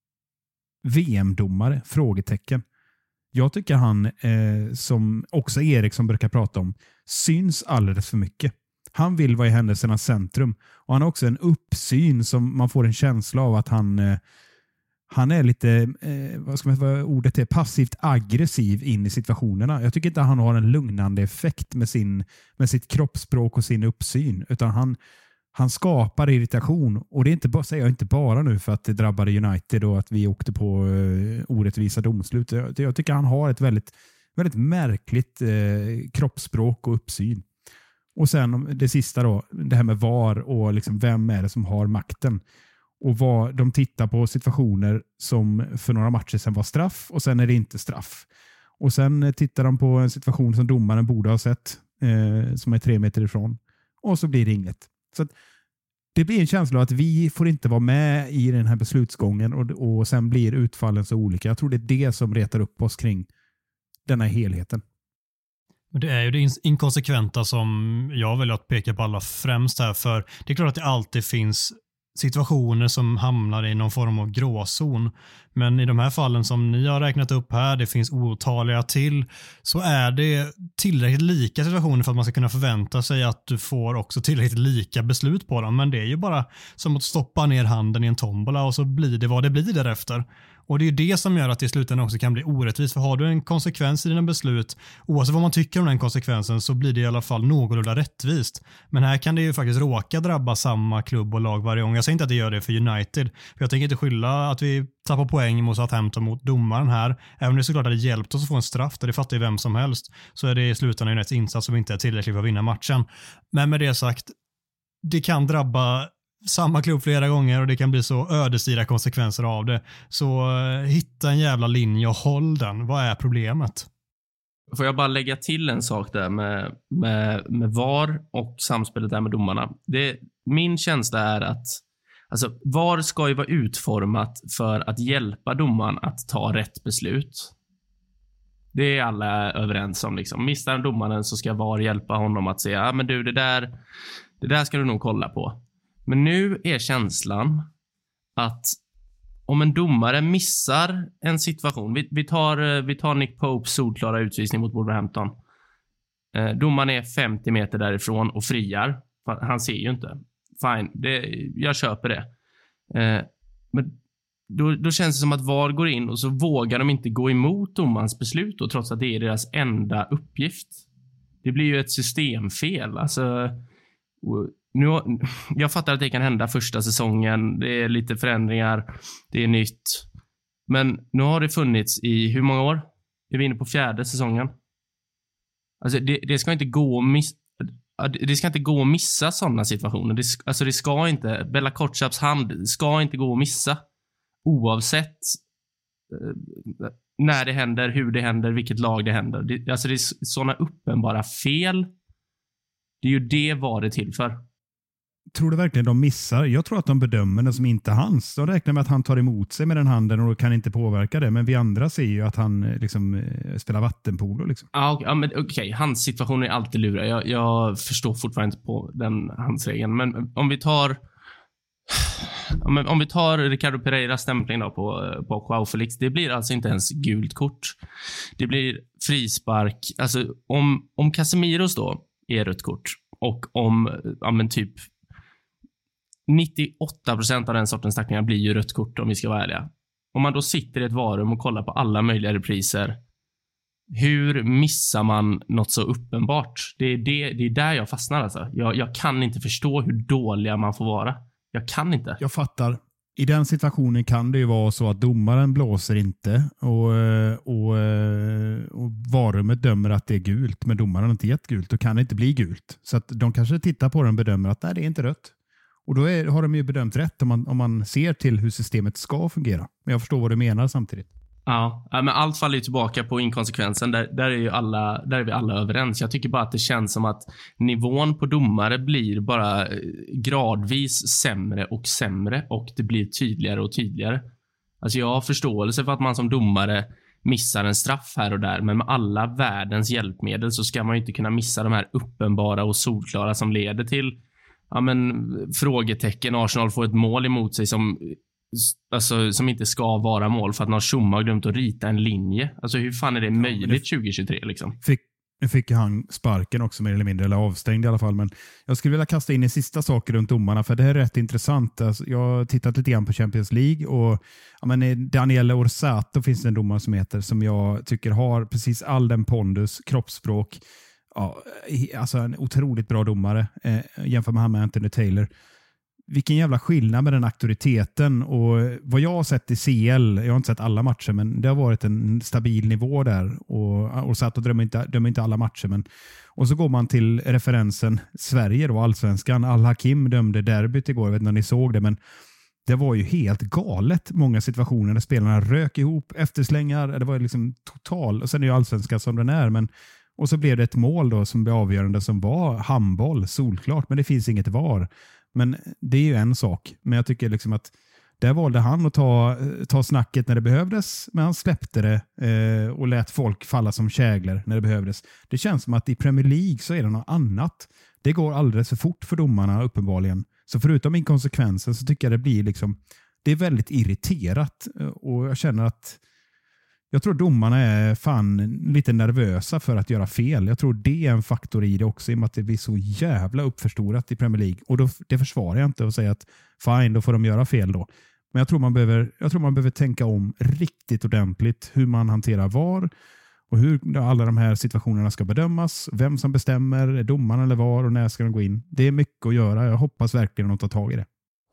VM-domare, frågetecken. Jag tycker han, som också Eriksson brukar prata om, syns alldeles för mycket. Han vill vara i händelsernas centrum. Och han har också en uppsyn som man får en känsla av att han är lite, vad ska man säga, ordet är passivt aggressiv in i situationerna. Jag tycker inte att han har en lugnande effekt med sitt kroppsspråk och sin uppsyn, utan han skapar irritation. Och det är inte, säger jag inte bara nu för att det drabbade United och att vi åkte på orättvisa domslut. Jag tycker han har ett väldigt, väldigt märkligt kroppsspråk och uppsyn. Och sen det sista då, det här med VAR och liksom vem är det som har makten. Och vad de tittar på situationer som för några matcher sedan var straff och sen är det inte straff. Och sen tittar de på en situation som domaren borde ha sett som är 3 meter ifrån. Och så blir det inget. Så att det blir en känsla av att vi får inte vara med i den här beslutsgången och sen blir utfallen så olika. Jag tror det är det som retar upp oss kring den här helheten. Det är ju det inkonsekventa som jag väljer att peka på allra främst här, för det är klart att det alltid finns situationer som hamnar i någon form av gråzon. Men i de här fallen som ni har räknat upp här, det finns otaliga till, så är det tillräckligt lika situationer för att man ska kunna förvänta sig att du får också tillräckligt lika beslut på dem. Men det är ju bara som att stoppa ner handen i en tombola och så blir det vad det blir därefter. Och det är det som gör att det i slutändan också kan bli orättvist. För har du en konsekvens i dina beslut, oavsett vad man tycker om den konsekvensen, så blir det i alla fall någorlunda rättvist. Men här kan det ju faktiskt råka drabba samma klubb och lag varje gång. Jag säger inte att det gör det för United. För jag tänker inte skylla att vi tappar poäng mot Southampton mot domaren här. Även om det såklart hade hjälpt oss att få en straff, där det fattar ju vem som helst, så är det i slutändan Uniteds insats som inte är tillräcklig för att vinna matchen. Men med det sagt, det kan drabba samma klubb flera gånger och det kan bli så ödesdigra konsekvenser av det. Så hitta en jävla linje och håll den. Vad är problemet? Får jag bara lägga till en sak där med VAR och samspelet där med domarna. Min känsla är att alltså, VAR ska ju vara utformat för att hjälpa domaren att ta rätt beslut. Det är alla överens om. Liksom. Missar domaren så ska VAR hjälpa honom att säga men du, det där ska du nog kolla på. Men nu är känslan att om en domare missar en situation, vi tar Nick Popes solklara utvisning mot Wolverhampton. Domaren är 50 meter därifrån och friar. Han ser ju inte. Fine, jag köper det. Men då känns det som att VAR går in och så vågar de inte gå emot domarens beslut då, trots att det är deras enda uppgift. Det blir ju ett systemfel. Alltså, jag fattar att det kan hända första säsongen. Det är lite förändringar. Det är nytt. Men nu har det funnits i hur många år? Är vi inne på 4:e säsongen? Alltså det ska inte gå att missa sådana situationer. Det ska inte. Bella Kotchaps hand ska inte gå att missa. Oavsett när det händer, hur det händer, vilket lag det händer. Det är sådana uppenbara fel. Det är ju det var det till för. Tror du verkligen de missar? Jag tror att de bedömer det som inte hans. De räknar med att han tar emot sig med den handen och kan inte påverka det. Men vi andra ser ju att han liksom spelar vattenpolo. Liksom. Ja, men okej. Hans situation är alltid lurig. Jag förstår fortfarande inte på den handsregeln. Men om vi tar Ricardo Pereiras stämpling då på Joao Felix. Det blir alltså inte ens gult kort. Det blir frispark. Alltså om Casemiros då är rött kort och om typ 98% av den sortens tacklingar blir ju rött kort om vi ska vara ärliga. Om man då sitter i ett varum och kollar på alla möjliga repriser, hur missar man något så uppenbart? Det är där jag fastnar alltså. Jag kan inte förstå hur dåliga man får vara. Jag kan inte. Jag fattar. I den situationen kan det ju vara så att domaren blåser inte och varummet dömer att det är gult, men domaren har inte gett gult och kan det inte bli gult. Så att de kanske tittar på den och bedömer att nej, det är inte rött. Och då har de ju bedömt rätt om man ser till hur systemet ska fungera. Men jag förstår vad du menar samtidigt. Ja, men allt faller ju tillbaka på inkonsekvensen. Där är vi alla överens. Jag tycker bara att det känns som att nivån på domare blir bara gradvis sämre och sämre och det blir tydligare och tydligare. Alltså jag har förståelse för att man som domare missar en straff här och där, men med alla världens hjälpmedel så ska man ju inte kunna missa de här uppenbara och solklara som leder till frågetecken. Arsenal får ett mål emot sig som inte ska vara mål för att någon tjomma har glömt att rita en linje. Alltså hur fan är det möjligt 2023 liksom? Nu fick han sparken också mer eller mindre, eller avstängd i alla fall. Men jag skulle vilja kasta in en sista sak runt domarna, för det här är rätt intressant. Alltså, jag har tittat lite grann på Champions League och Daniele Orsato finns det en domare som heter, som jag tycker har precis all den pondus, kroppsspråk. Ja, alltså en otroligt bra domare jämfört med han med Anthony Taylor. Vilken jävla skillnad med den auktoriteten, och vad jag har sett i CL, jag har inte sett alla matcher, men det har varit en stabil nivå där, och så att dömer inte alla matcher, men och så går man till referensen Sverige då, Allsvenskan. Al-Hakim dömde derbyt igår, jag vet inte om ni såg det, men det var ju helt galet många situationer där spelarna rök ihop, efterslängar, det var liksom total, och sen är ju Allsvenskan som den är, men och så blev det ett mål då som blev avgörande som var handboll, solklart, men det finns inget VAR. Men det är ju en sak. Men jag tycker liksom att där valde han att ta snacket när det behövdes, men han släppte det och lät folk falla som kägler när det behövdes. Det känns som att i Premier League så är det något annat. Det går alldeles för fort för domarna uppenbarligen. Så förutom inkonsekvensen så tycker jag det blir liksom, det är väldigt irriterat och jag känner att jag tror domarna är fan lite nervösa för att göra fel. Jag tror det är en faktor i det också, i och med att det blir så jävla uppförstorat i Premier League. Och då, det försvarar jag inte och säga att fine, då får de göra fel då. Men jag tror man behöver tänka om riktigt ordentligt hur man hanterar VAR och hur alla de här situationerna ska bedömas. Vem som bestämmer, är domaren eller VAR och när ska de gå in. Det är mycket att göra. Jag hoppas verkligen att de tar tag i det.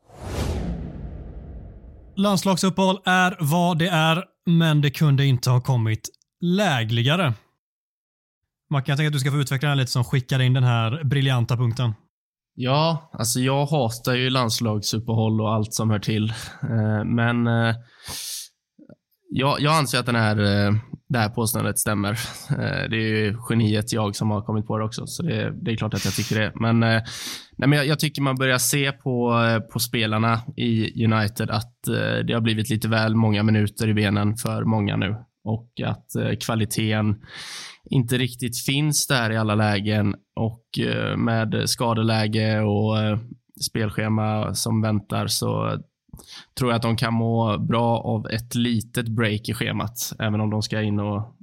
Landslagsuppehåll är vad det är, men det kunde inte ha kommit lägligare. Mackan, jag tänker att du ska få utveckla den lite som skickar in den här briljanta punkten. Ja, alltså jag hatar ju landslagsuppehåll och allt som hör till. Men jag anser att det här påståendet stämmer. Det är ju geniet jag som har kommit på det också, så det är klart att jag tycker det. Men jag tycker man börjar se på spelarna i United att det har blivit lite väl många minuter i benen för många nu. Och att kvaliteten inte riktigt finns där i alla lägen, och med skadeläge och spelschema som väntar så tror jag att de kan må bra av ett litet break i schemat, även om de ska in och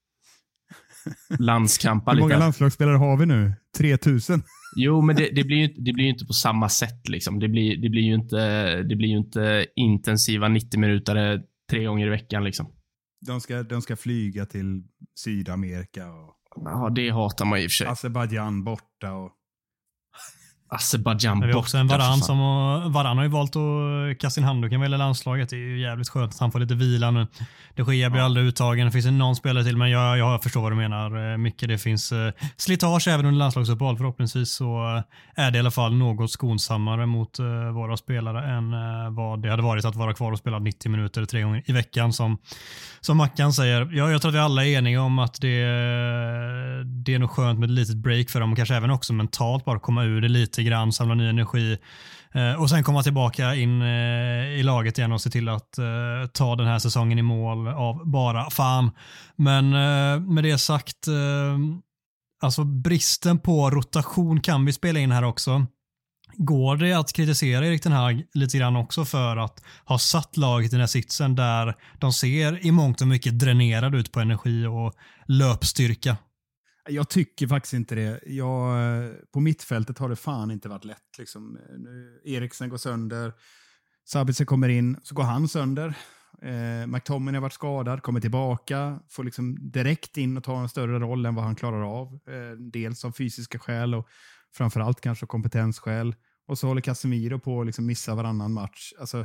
landskampa lite. Hur många landslagsspelare har vi nu? 3000? Jo, men det blir ju inte på samma sätt liksom. Det blir ju inte intensiva 90 minuter 3 gånger i veckan liksom. De ska flyga till Sydamerika och ja, det hatar man i och för sig. Azerbaijan borta och Azerbaijan borta. Det är också en Varan har ju valt att kasta in handduken vad gäller landslaget. Det är ju jävligt skönt att han får lite vila nu. Det sker blir aldrig uttagen. Det finns någon spelare till, men jag förstår vad du menar. Mycket det finns slitage även under landslagsuppehåll. Förhoppningsvis så är det i alla fall något skonsammare mot våra spelare än vad det hade varit att vara kvar och spela 90 minuter 3 gånger i veckan som Mackan säger. Jag tror att vi alla är eniga om att det är nog skönt med ett litet break för dem och kanske även också mentalt bara komma ur det lite grann, samla ny energi och sen komma tillbaka in i laget igen och se till att ta den här säsongen i mål av bara fan. Men med det sagt, alltså bristen på rotation kan vi spela in här också. Går det att kritisera Erik ten Hag lite grann också för att ha satt laget i den här sitsen där de ser i mångt och mycket dränerade ut på energi och löpstyrka? Jag tycker faktiskt inte det. På mittfältet har det fan inte varit lätt. Liksom. Eriksen går sönder. Sabitzer kommer in, så går han sönder. McTominay har varit skadad, kommer tillbaka. Får liksom direkt in och ta en större roll än vad han klarar av. Dels av fysiska skäl och framförallt kanske kompetensskäl. Och så håller Casemiro på att liksom missa varannan match. Alltså,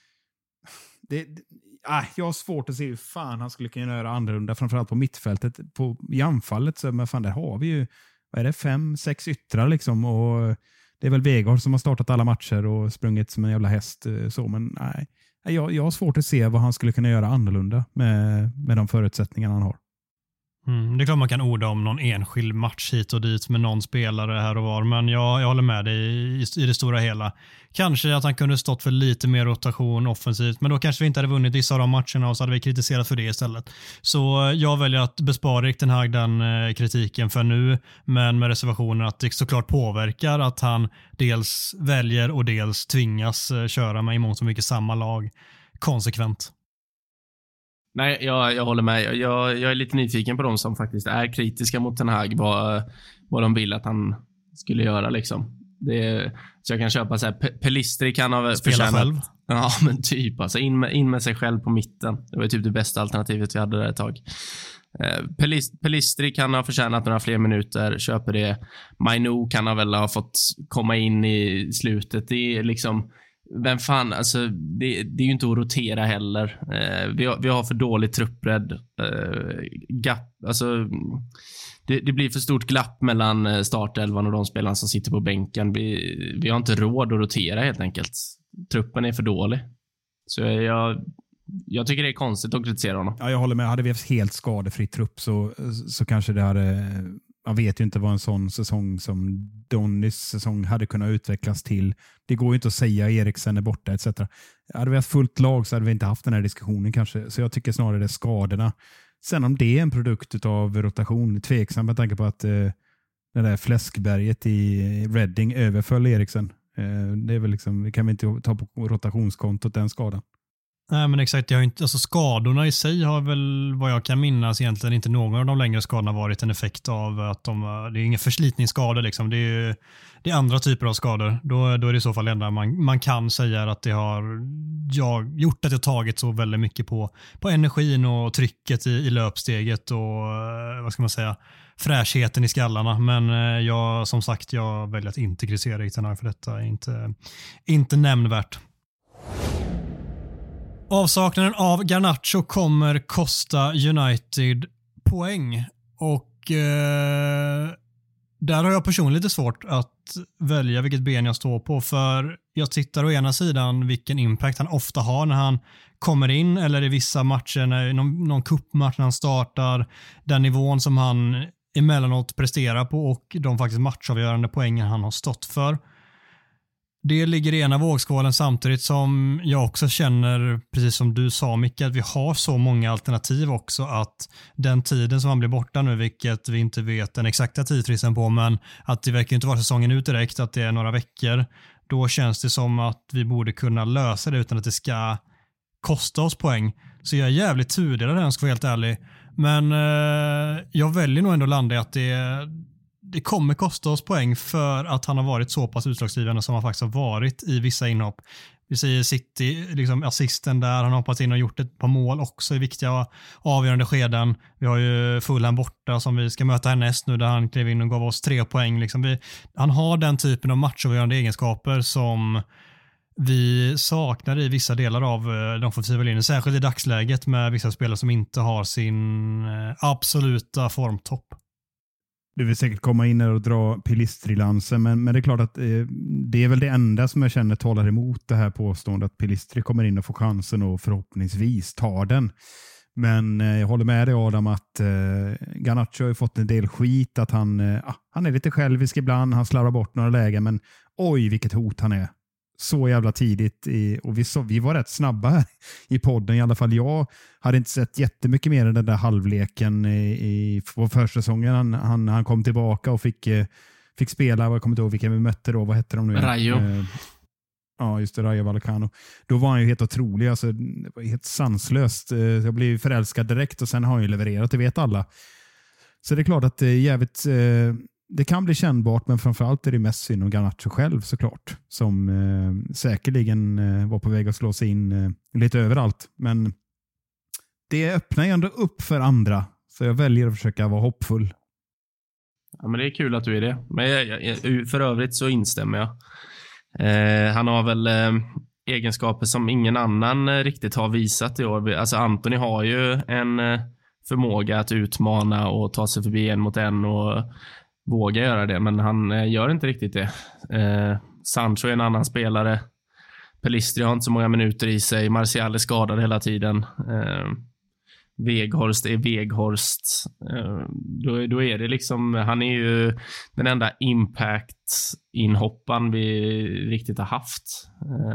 jag har svårt att se hur fan han skulle kunna göra annorlunda, framförallt på mittfältet. I anfallet så men fan, där har vi ju 5-6 yttrar liksom, och det är väl Vegard som har startat alla matcher och sprungit som en jävla häst så, men nej. Jag har svårt att se vad han skulle kunna göra annorlunda med de förutsättningarna han har. Det är klart man kan orda om någon enskild match hit och dit med någon spelare här och var, men jag håller med dig i det stora hela. Kanske att han kunde stått för lite mer rotation offensivt, men då kanske vi inte hade vunnit vissa av de matcherna och så hade vi kritiserat för det istället. Så jag väljer att bespara Erik ten Hag den kritiken för nu, men med reservationen att det såklart påverkar att han dels väljer och dels tvingas köra med i mångt så mycket samma lag konsekvent. Nej, jag håller med. Jag är lite nyfiken på de som faktiskt är kritiska mot ten Hag, vad de vill att han skulle göra liksom. Så jag kan köpa så här, Pellistri kan ha spela själv. Ja, men typ alltså in med sig själv på mitten. Det var typ det bästa alternativet vi hade där ett tag. Pellistri kan ha förtjänat några fler minuter, köper det. Mainu kan ha fått komma in i slutet. Det är liksom, vem fan, alltså det är ju inte att rotera heller. Vi har för dålig truppbredd. Gap, alltså det blir för stort glapp mellan startelvan och de spelarna som sitter på bänken. Vi har inte råd att rotera helt enkelt. Truppen är för dålig. Så jag tycker det är konstigt att kritisera honom. Ja, jag håller med. Hade vi haft helt skadefri trupp så kanske det hade... Man vet ju inte vad en sån säsong som Donnys säsong hade kunnat utvecklas till. Det går ju inte att säga Eriksen är borta etc. Hade vi haft fullt lag så hade vi inte haft den här diskussionen kanske. Så jag tycker snarare det är skadorna. Sen om det är en produkt av rotation, tveksam med tanke på att det där fläskberget i Reading överföll Eriksen. Det är väl liksom, vi kan väl inte ta på rotationskontot den skadan. Nej, men exakt. Jag har inte, alltså skadorna i sig har väl, vad jag kan minnas, egentligen inte någon av de längre skadorna varit en effekt av att det är inga förslitningsskador. Liksom. Det är andra typer av skador. Då är det i så fall enda man kan säga att det har gjort att jag tagit så väldigt mycket på energin och trycket i löpsteget och vad ska man säga, fräschheten i skallarna. Men jag väljer att inte kritisera Erik Ten Hag för detta. Inte nämnvärt. Avsaknaden av Garnacho kommer kosta United poäng och där har jag personligen lite svårt att välja vilket ben jag står på, för jag tittar å ena sidan vilken impact han ofta har när han kommer in eller i vissa matcher, när någon cupmatch när han startar, den nivån som han emellanåt presterar på och de faktiskt matchavgörande poängen han har stått för. Det ligger i ena vågskålen, samtidigt som jag också känner, precis som du sa Micke, att vi har så många alternativ också, att den tiden som han blir borta nu, vilket vi inte vet den exakta tidsfristen på, men att det verkar inte vara säsongen ut direkt, att det är några veckor, då känns det som att vi borde kunna lösa det utan att det ska kosta oss poäng. Så jag är jävligt tudelad där, ska vara helt ärlig. Men jag väljer nog ändå landa i att det kommer kosta oss poäng för att han har varit så pass utslagsgivande som han faktiskt har varit i vissa inhopp. Vi säger City, liksom assisten där, han har hoppat in och gjort ett par mål också i viktiga avgörande skeden. Vi har ju Fulham borta som vi ska möta härnäst nu, där han klev in och gav oss 3 poäng. Liksom han har den typen av matchavgörande egenskaper som vi saknar i vissa delar av de offensiva linjen, särskilt i dagsläget med vissa spelare som inte har sin absoluta formtopp. Du vill säkert komma in och dra Pelistri-lansen, men det är klart att det är väl det enda som jag känner talar emot det här påståendet, att Pelistri kommer in och får chansen och förhoppningsvis tar den. Men jag håller med dig Adam att Garnacho har fått en del skit, att han är lite självisk ibland, han slarvar bort några lägen, men oj vilket hot han är. Så jävla tidigt och vi var rätt snabba här i podden, i alla fall jag hade inte sett jättemycket mer än den där halvleken på försäsongen. Han kom tillbaka och fick spela, jag kommer inte ihåg vilka vi mötte då, vad hette de nu? Rayo. Ja, just det, Rayo Vallecano. Då var han ju helt otrolig, alltså, det var helt sanslöst. Jag blev förälskad direkt och sen har han ju levererat, det vet alla. Så det är klart att det är jävligt... Det kan bli kännbart, men framförallt är det mest synd om Garnacho själv såklart. Som säkerligen var på väg att slå sig in lite överallt. Men det öppnar ju ändå upp för andra. Så jag väljer att försöka vara hoppfull. Ja, men det är kul att du är det. Men för övrigt så instämmer jag. Han har väl egenskaper som ingen annan riktigt har visat i år. Alltså Antoni har ju en förmåga att utmana och ta sig förbi 1 mot 1 och våga göra det, men han gör inte riktigt det. Sancho är en annan spelare. Pelistri har inte så många minuter i sig. Martial är skadad hela tiden. Weghorst är Weghorst. Då är det liksom, han är ju den enda impact-inhoppan vi riktigt har haft.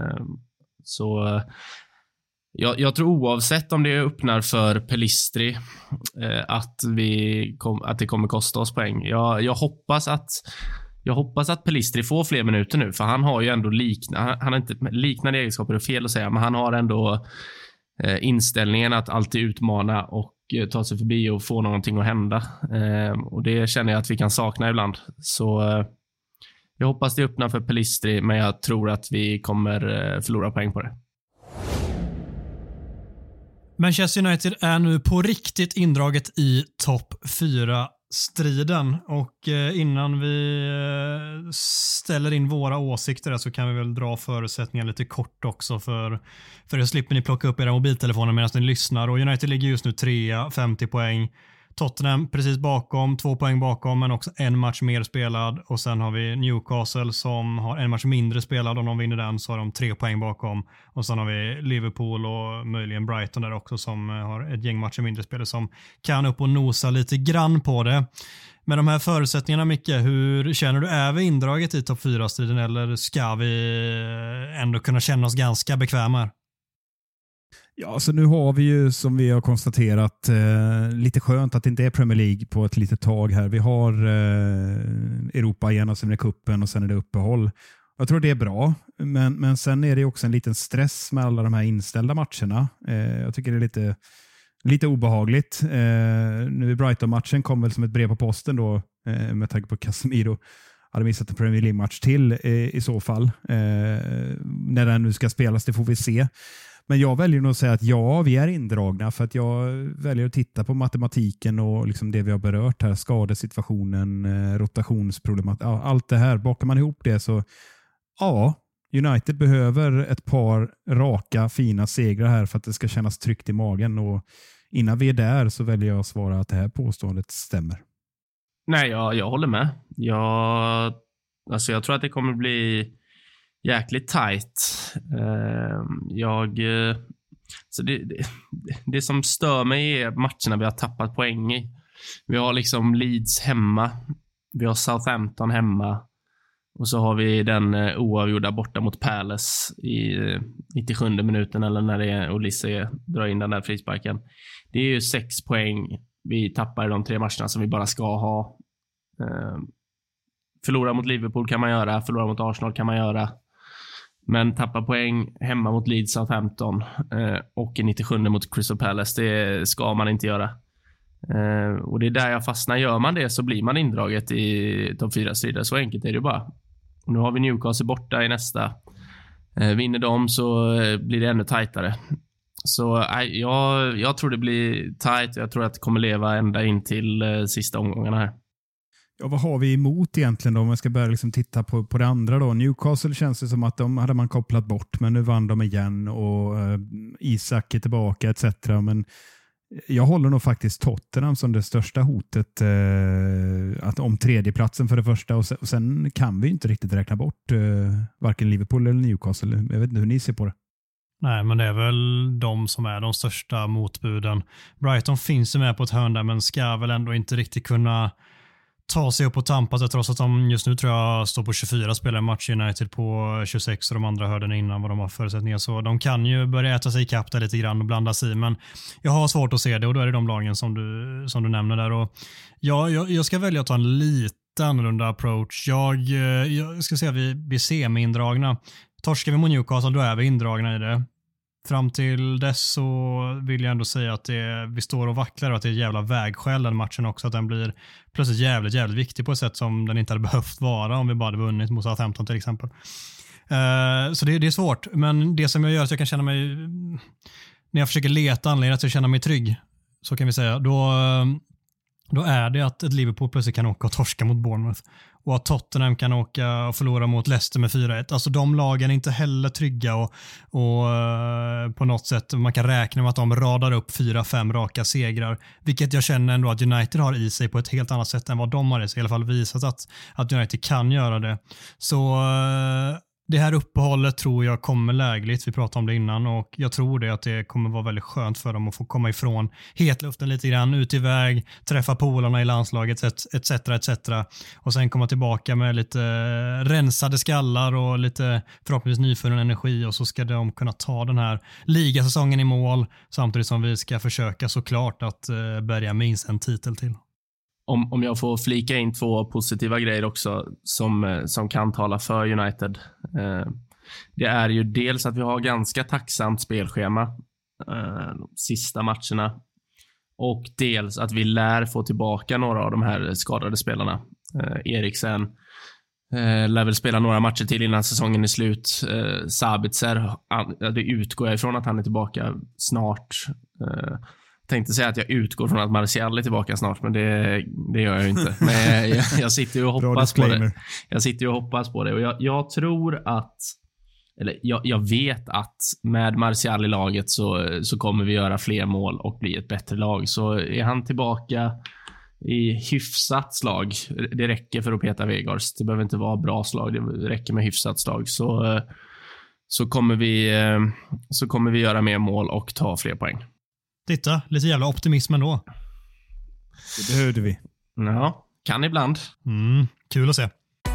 Så jag tror oavsett om det öppnar för Pelistri att det kommer kosta oss poäng. Jag hoppas att Pelistri får fler minuter nu, för han har ju ändå han har inte liknande egenskaper, det är fel att säga, men han har ändå inställningen att alltid utmana och ta sig förbi och få någonting att hända. Och det känner jag att vi kan sakna ibland. Så jag hoppas det öppnar för Pelistri, men jag tror att vi kommer förlora poäng på det. Manchester United är nu på riktigt indraget i topp 4-striden och innan vi ställer in våra åsikter så kan vi väl dra förutsättningar lite kort också, för att slipper ni plocka upp era mobiltelefoner medan ni lyssnar. Och United ligger just nu 3, 50 poäng. Tottenham precis bakom, 2 poäng bakom, men också 1 match mer spelad. Och sen har vi Newcastle som har 1 match mindre spelad. Om de vinner den så har de 3 poäng bakom. Och sen har vi Liverpool och möjligen Brighton där också som har ett gäng matcher mindre spelade som kan upp och nosa lite grann på det. Med de här förutsättningarna, Micke, hur känner du? Är vi indraget i topp 4-striden eller ska vi ändå kunna känna oss ganska bekväma? Ja, så nu har vi ju, som vi har konstaterat, lite skönt att det inte är Premier League på ett litet tag här. Vi har Europa igen och sen är det kuppen och sen är det uppehåll. Jag tror det är bra, men sen är det också en liten stress med alla de här inställda matcherna. Jag tycker det är lite obehagligt. Nu i Brighton-matchen kom väl som ett brev på posten då, med tanke på Casemiro hade missat en Premier League-match till i så fall. När den nu ska spelas, det får vi se. Men jag väljer nog att säga att ja, vi är indragna, för att jag väljer att titta på matematiken och liksom det vi har berört här, skadesituationen, rotationsproblematik, allt det här. Bakar man ihop det så ja, United behöver ett par raka, fina segrar här för att det ska kännas tryggt i magen, och innan vi är där så väljer jag att svara att det här påståendet stämmer. Nej, jag håller med. Jag tror att det kommer bli jäkligt tight. Så det som stör mig är matcherna vi har tappat poäng i. Vi har liksom Leeds hemma. Vi har Southampton hemma. Och så har vi den oavgjorda borta mot Palace i 97 minuten, eller när det är Olise drar in den där frisparken. Det är ju 6 poäng vi tappar i de 3 matcherna som vi bara ska ha. Förlora mot Liverpool kan man göra, förlora mot Arsenal kan man göra. Men tappa poäng hemma mot Leeds, Southampton och i 97 mot Crystal Palace, det ska man inte göra. Och det är där jag fastnar. Gör man det så blir man indraget i topp 4-strider. Så enkelt är det bara. Och nu har vi Newcastle borta i nästa. Vinner de så blir det ännu tajtare. Så jag tror det blir tajt. Jag tror att det kommer leva ända in till sista omgångarna här. Ja, vad har vi emot egentligen då? Om man ska börja liksom titta på det andra då. Newcastle känns det som att de hade man kopplat bort, men nu vann de igen och Isak är tillbaka etc. Men jag håller nog faktiskt Tottenham som det största hotet att om tredjeplatsen för det första, och sen kan vi inte riktigt räkna bort varken Liverpool eller Newcastle. Jag vet inte hur ni ser på det. Nej, men det är väl de som är de största motbuden. Brighton finns ju med på ett hörn där, men ska väl ändå inte riktigt kunna ta sig upp och tampa sig, trots att de just nu tror jag står på 24, spelar match, United på 26 och de andra hörde innan vad de har förutsättningar. Så de kan ju börja äta sig i kapp där lite grann och blanda sig, men jag har svårt att se det, och då är det de lagen som du nämner där. Och jag ska välja att ta en lite annorlunda approach. Jag ska säga att vi blir semi-indragna. Torskar vi mot Newcastle, då är vi indragna i det. Fram till dess så vill jag ändå säga att vi står och vacklar, och att det är ett jävla vägskäl den matchen också, att den blir plötsligt jävligt viktig på ett sätt som den inte hade behövt vara om vi bara hade vunnit mot Southampton till exempel. Så det är svårt, men det som jag gör att jag kan känna mig, när jag försöker leta anledning att jag känner mig trygg, så kan vi säga, då är det att ett Liverpool plötsligt kan åka och torska mot Bournemouth, och att Tottenham kan åka och förlora mot Leicester med 4-1. Alltså de lagen är inte heller trygga, och på något sätt man kan räkna med att de radar upp 4-5 raka segrar, vilket jag känner ändå att United har i sig på ett helt annat sätt än vad de har i sig. I alla fall visat att United kan göra det. Så det här uppehållet tror jag kommer lägligt. Vi pratade om det innan, och jag tror det att det kommer vara väldigt skönt för dem att få komma ifrån hetluften lite grann, ut iväg, träffa polarna i landslaget etc. Och sen komma tillbaka med lite rensade skallar och lite förhoppningsvis nyfunnen energi, och så ska de kunna ta den här ligasäsongen i mål, samtidigt som vi ska försöka såklart att börja minst en titel till. Om jag får flika in 2 positiva grejer också som kan tala för United. Det är ju dels att vi har ganska tacksamt spelschema de sista matcherna, och dels att vi lär få tillbaka några av de här skadade spelarna. Eriksen lär väl spela några matcher till innan säsongen är slut. Sabitzer, det utgår jag ifrån att han är tillbaka snart. Tänkte säga att jag utgår från att Martial är tillbaka snart, men det gör jag inte. Men jag sitter ju och hoppas på det. Jag sitter ju och hoppas på det, och jag tror att, eller jag vet att med Martial i laget så kommer vi göra fler mål och bli ett bättre lag. Så är han tillbaka i hyfsat slag, det räcker för att peta Vegars. Det behöver inte vara bra slag, det räcker med hyfsat slag. Så kommer vi göra mer mål och ta fler poäng. Titta, lite jävla optimism ändå. Det behövde vi. Ja, kan ibland. Kul att se.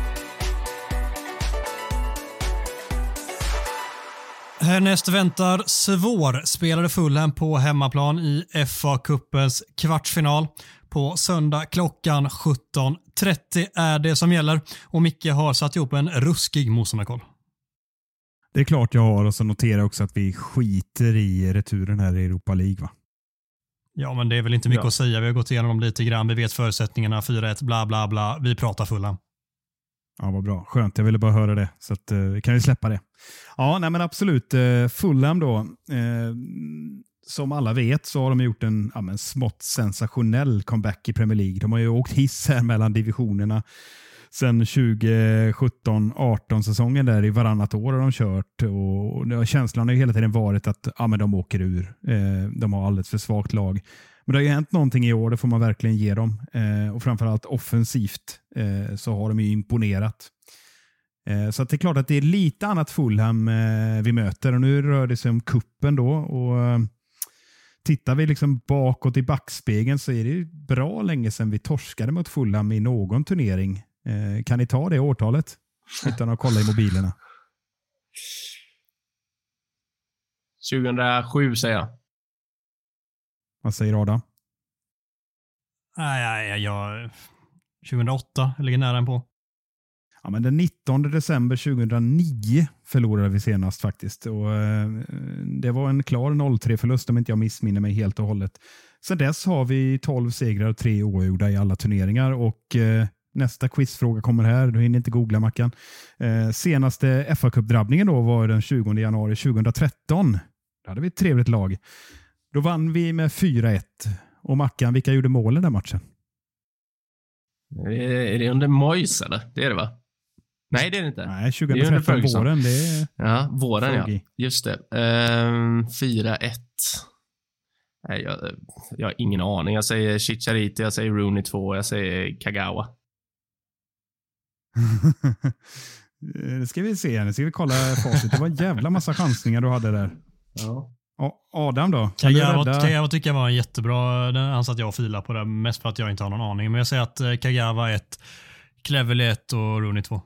Härnäst väntar svårspelade Fulham på hemmaplan i FA-cupens kvartsfinal. På söndag klockan 17:30 är det som gäller och Micke har satt ihop en ruskig motståndarkoll. Det är klart jag har, och så noterar också att vi skiter i returen här i Europa League, va? Ja, men det är väl inte mycket att säga. Vi har gått igenom dem lite grann. Vi vet förutsättningarna, 4-1, bla bla bla. Vi pratar Fulham. Ja, vad bra. Skönt. Jag ville bara höra det. Så att, kan vi släppa det. Ja, nej men absolut. Fulham då. Som alla vet så har de gjort en smått sensationell comeback i Premier League. De har ju åkt hiss här mellan divisionerna sen 2017-18 säsongen där i varannat år har de kört, och känslan har ju hela tiden varit att men de åker ur. De har alldeles för svagt lag. Men det har ju hänt någonting i år, det får man verkligen ge dem. Och framförallt offensivt så har de ju imponerat. Så att det är klart att det är lite annat Fulham vi möter, och nu rör det sig om kuppen då, och tittar vi liksom bakåt i backspegeln så är det ju bra länge sedan vi torskade mot Fulham i någon turnering. Kan ni ta det årtalet utan att kolla i mobilerna? 2007 säger jag. Vad säger Adam? Nej, 2008 ligger nära en på. Ja, men den 19 december 2009 förlorade vi senast faktiskt. Och det var en klar 0-3-förlust om inte jag missminner mig helt och hållet. Sen dess har vi 12 segrar och 3 oavgjorda i alla turneringar. Och nästa quizfråga kommer här. Du hinner inte googla, Mackan. Senaste FA-cupdrabbningen då var den 20 januari 2013. Då hade vi ett trevligt lag. Då vann vi med 4-1. Och Mackan, vilka gjorde målen den matchen? Är det under Moyes eller? Det är det, va? Nej, det är det inte. Nej, 2013 våren. Det är ja, våren Foggy. Ja. Just det. 4-1. Nej, jag har ingen aning. Jag säger Chicharito, jag säger Rooney 2, jag säger Kagawa. Det ska vi se. Nu ska vi kolla facit. Det var en jävla massa chansningar du hade där. Ja. Adam då? Kagawa tycker jag var en jättebra. Han satt jag och filade på det mest för att jag inte har någon aning. Men jag säger att Kagawa 1, Cleverley 1 och Rooney 2.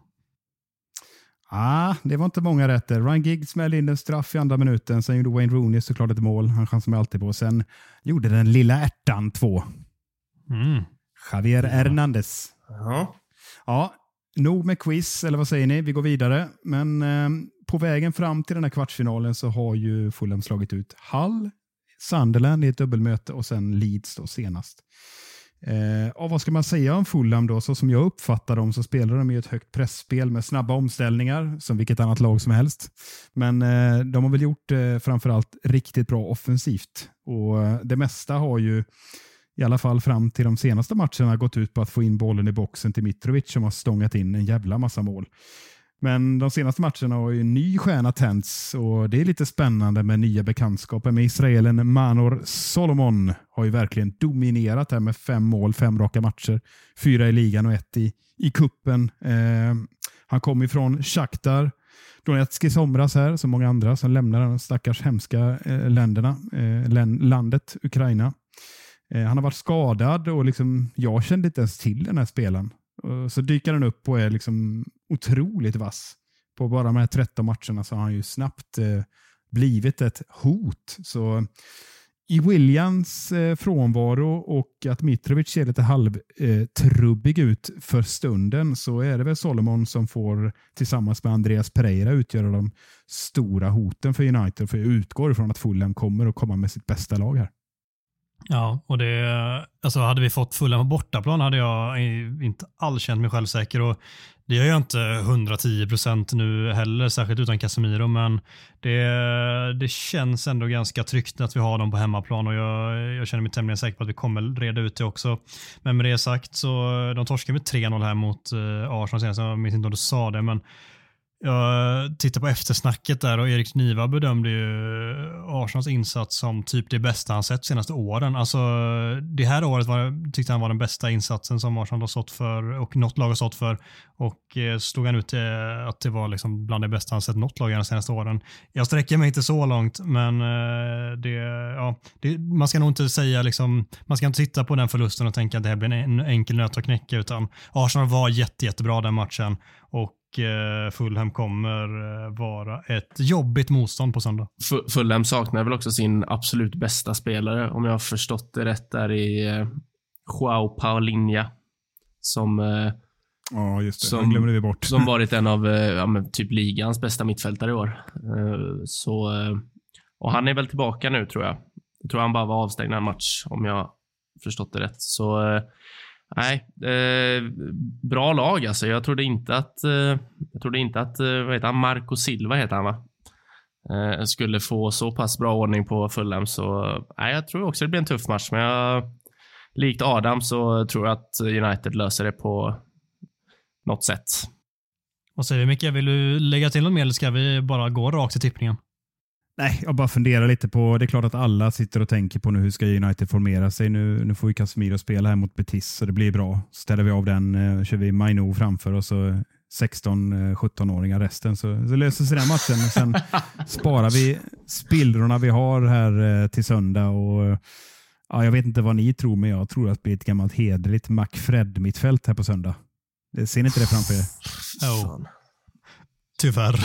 Det var inte många rätt där. Ryan Giggs smällde in en straff i andra minuten. Sen gjorde Wayne Rooney såklart ett mål. Han chansar med alltid på. Sen gjorde den lilla ärtan 2. Javier Hernandez. Ja, nog med quiz, eller vad säger ni? Vi går vidare. Men på vägen fram till den här kvartsfinalen så har ju Fulham slagit ut Hull, Sunderland i ett dubbelmöte och sen Leeds då senast. Vad ska man säga om Fulham då? Så som jag uppfattar dem så spelar de ju ett högt pressspel med snabba omställningar som vilket annat lag som helst. Men de har väl gjort framförallt riktigt bra offensivt. Och det mesta har ju i alla fall fram till de senaste matcherna gått ut på att få in bollen i boxen till Mitrovic som har stångat in en jävla massa mål. Men de senaste matcherna har ju en ny stjärna tänds och det är lite spännande med nya bekantskaper med israelen Manor Solomon. Har ju verkligen dominerat här med 5 mål, 5 raka matcher. 4 i ligan och 1 i kuppen. Han kom ifrån Shakhtar Donetsk i somras här, som många andra som lämnar de stackars hemska landet Ukraina. Han har varit skadad och liksom, jag kände inte ens till den här spelaren. Så dyker han upp och är liksom otroligt vass. På bara de här 13 matcherna så har han ju snabbt blivit ett hot. Så i Williams frånvaro och att Mitrovic ser lite halvtrubbig ut för stunden så är det väl Solomon som får tillsammans med Andreas Pereira utgöra de stora hoten för United. För jag utgår ifrån att Fulham kommer att komma med sitt bästa lag här. Ja, och alltså hade vi fått Fulham på bortaplan hade jag inte alls känt mig självsäker och det gör jag inte 110% nu heller, särskilt utan Casemiro, men det känns ändå ganska tryggt att vi har dem på hemmaplan och jag känner mig tämligen säker på att vi kommer reda ut det också. Men med det sagt så de torskade med 3-0 här mot Arsenal senast, jag minns inte om du sa det, men jag tittar på eftersnacket där och Erik Niva bedömde ju Arsenals insats som typ det bästa han sett de senaste åren. Alltså det här året tyckte han var den bästa insatsen som Arsenal har stått för och något lag har stått för och stod han ut att det var liksom bland det bästa han sett något lag de senaste åren. Jag sträcker mig inte så långt, men man ska nog inte säga liksom, man ska inte titta på den förlusten och tänka att det här blir en enkel nöt att knäcka, utan Arsenal var jättebra den matchen och Fulham kommer vara ett jobbigt motstånd på söndag. Fulham saknar väl också sin absolut bästa spelare, om jag har förstått det rätt där i Joao Paulinho som Ja, just det. Den glömde vi bort. Som varit en av typ ligans bästa mittfältare i år. Och han är väl tillbaka nu, tror jag. Jag tror han bara var avstängd en match, om jag förstått det rätt. Så nej, bra lag alltså. Jag trodde inte att vad heter han? Marco Silva heter han, va? Skulle få så pass bra ordning på Fulham. Så nej, jag tror också det blir en tuff match. Men likt Adam så tror jag att United löser det på något sätt. Vad säger vi, Micke? Vill du lägga till något mer eller ska vi bara gå rakt till tippningen? Nej, jag bara funderar lite på, det är klart att alla sitter och tänker på nu hur ska United formera sig. Nu får ju Casemiro spela här mot Betis så det blir bra. Ställer vi av den, kör vi Maino framför och så 16-17-åringar resten så löser sig den matchen. Och sen sparar vi spillrorna vi har här till söndag och ja, jag vet inte vad ni tror, men jag tror att det blir ett gammalt hederligt McFred-mittfält här på söndag. Ser ni inte det framför er? Oh. Tyvärr.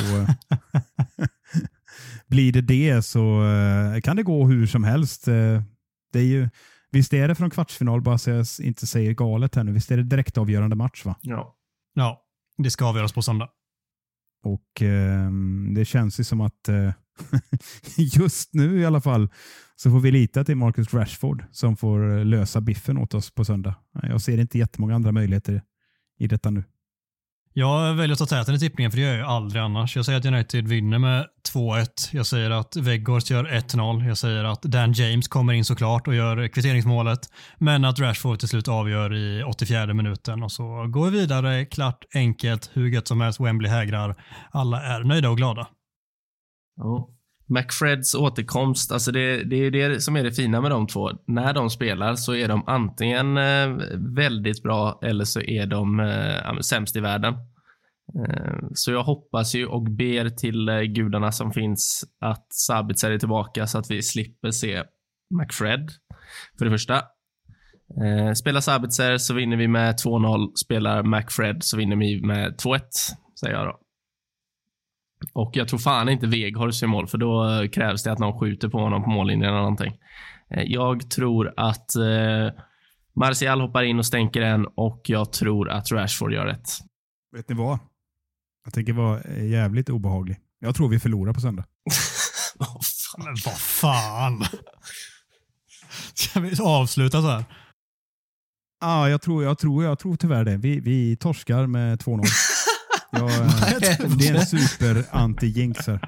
Blir det så kan det gå hur som helst. Det är ju, visst är det från kvartsfinal, bara så jag inte säger galet här nu. Visst är det direkt avgörande match, va? Ja, det ska avgöras på söndag. Och det känns ju som att just nu i alla fall så får vi lita till Marcus Rashford som får lösa biffen åt oss på söndag. Jag ser inte jättemånga andra möjligheter i detta nu. Jag väljer att ta täten i tippningen för det gör jag ju aldrig annars. Jag säger att United vinner med 2-1. Jag säger att Weghorst gör 1-0. Jag säger att Dan James kommer in såklart och gör kvitteringsmålet. Men att Rashford till slut avgör i 84:e minuten. Och så går vi vidare. Klart, enkelt, hur gött som helst. Wembley hägrar. Alla är nöjda och glada. Ja. McFreds återkomst, alltså det är det som är det fina med de två. När de spelar så är de antingen väldigt bra eller så är de sämst i världen. Så jag hoppas ju och ber till gudarna som finns att Sabitzer är tillbaka så att vi slipper se McFred. För det första. Spelar Sabitzer så vinner vi med 2-0. Spelar McFred så vinner vi med 2-1, säger jag då. Och jag tror fan inte Weghorst i mål, för då krävs det att någon skjuter på honom på mållinjen eller någonting. Jag tror att Martial hoppar in och stänker en och jag tror att Rashford gör rätt. Vet ni vad? Jag tänker vara jävligt obehaglig. Jag tror vi förlorar på söndag. Men vad fan? Ska vi avsluta så här? Ja, jag tror tyvärr det. Vi torskar med 2-0. Det är en super anti-jinx här.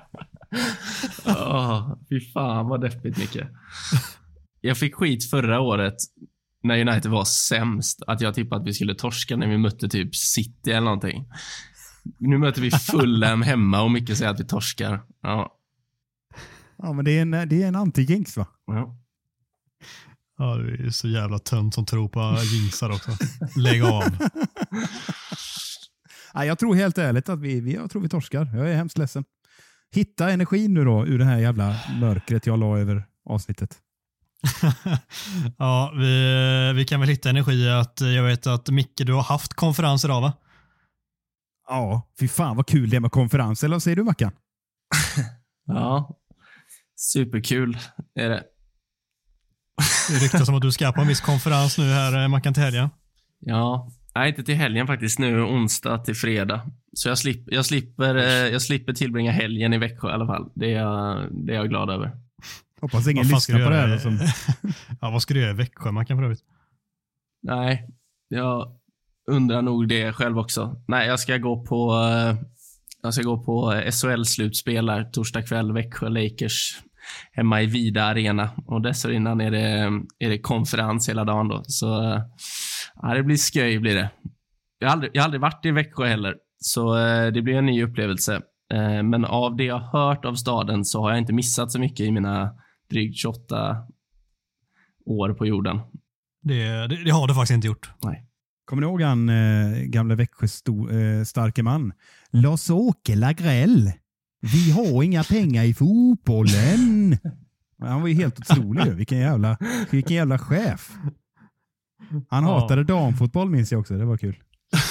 Fy fan vad deppigt, Micke. Jag fick skit förra året när United var sämst att jag tippade att vi skulle torska när vi mötte typ City eller någonting. Nu möter vi Fulham hemma och Micke säger att vi torskar. Ja, men det är en anti-jinx, va? Ja. Ja, det är så jävla tönt som tror på jinxar också. Lägg av. Nej, jag tror helt ärligt att jag tror vi torskar. Jag är hemskt ledsen. Hitta energi nu då ur det här jävla mörkret jag la över avsnittet. Ja, vi kan väl hitta energi i att jag vet att Micke, du har haft konferenser av, va? Ja, fy fan vad kul det är med konferenser. Eller vad säger du, Mackan? Ja, superkul är det. Det ryktas som att du ska på en viss konferens nu här, Mackan, till helgen. Ja, nej, inte till helgen faktiskt. Nu onsdag till fredag. Så jag slipper tillbringa helgen i Växjö i alla fall. Det är jag glad över. Hoppas ingen lyssnar på det här. Som... Ja, vad ska du göra i Växjö, Mackan, för övrigt? Nej, jag undrar nog det själv också. Nej, jag ska gå på SHL-slutspel här torsdag kväll, Växjö Lakers hemma i Vida Arena. Och dessförinnan är det konferens hela dagen då. Så ja, det blir sköj blir det. Jag har aldrig varit i Växjö heller. Så det blir en ny upplevelse. Men av det jag har hört av staden så har jag inte missat så mycket i mina drygt 28 år på jorden. Det har du faktiskt inte gjort. Nej. Kommer ni ihåg han gamla Växjö starke man? Lars-Åke Lagrell. Vi har inga pengar i fotbollen. Han var ju helt otrolig. Vilken jävla chef. Han hatade damfotboll, minns jag också. Det var kul.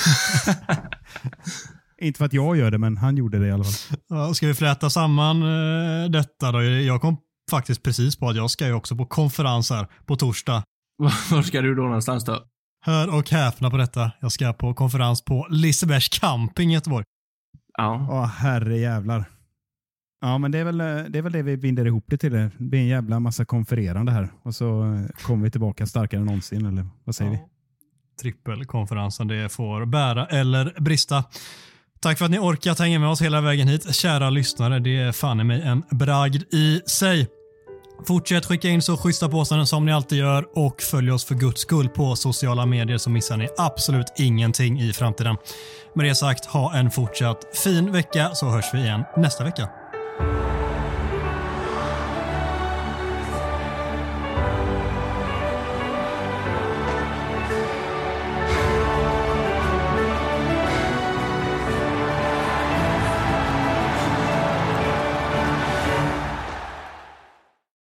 Inte för att jag gör det, men han gjorde det i alla fall. Ja, ska vi fläta samman detta då? Jag kom faktiskt precis på att jag ska ju också på konferens här på torsdag. Var ska du då någonstans då? Hör och häpna på detta. Jag ska på konferens på Lisebergs camping i Göteborg. Ja. Herre jävlar. Ja, men det är väl det vi binder ihop det till. Det blir en jävla massa konfererande här. Och så kommer vi tillbaka starkare än någonsin, eller vad säger vi? Trippelkonferensen, det får bära eller brista. Tack för att ni orkat hänga med oss hela vägen hit, kära lyssnare. Det är fan i mig en bragd i sig. Fortsätt skicka in så schyssta påståenden som ni alltid gör och följ oss för guds skull på sociala medier, så missar ni absolut ingenting i framtiden. Med det sagt, ha en fortsatt fin vecka, så hörs vi igen nästa vecka.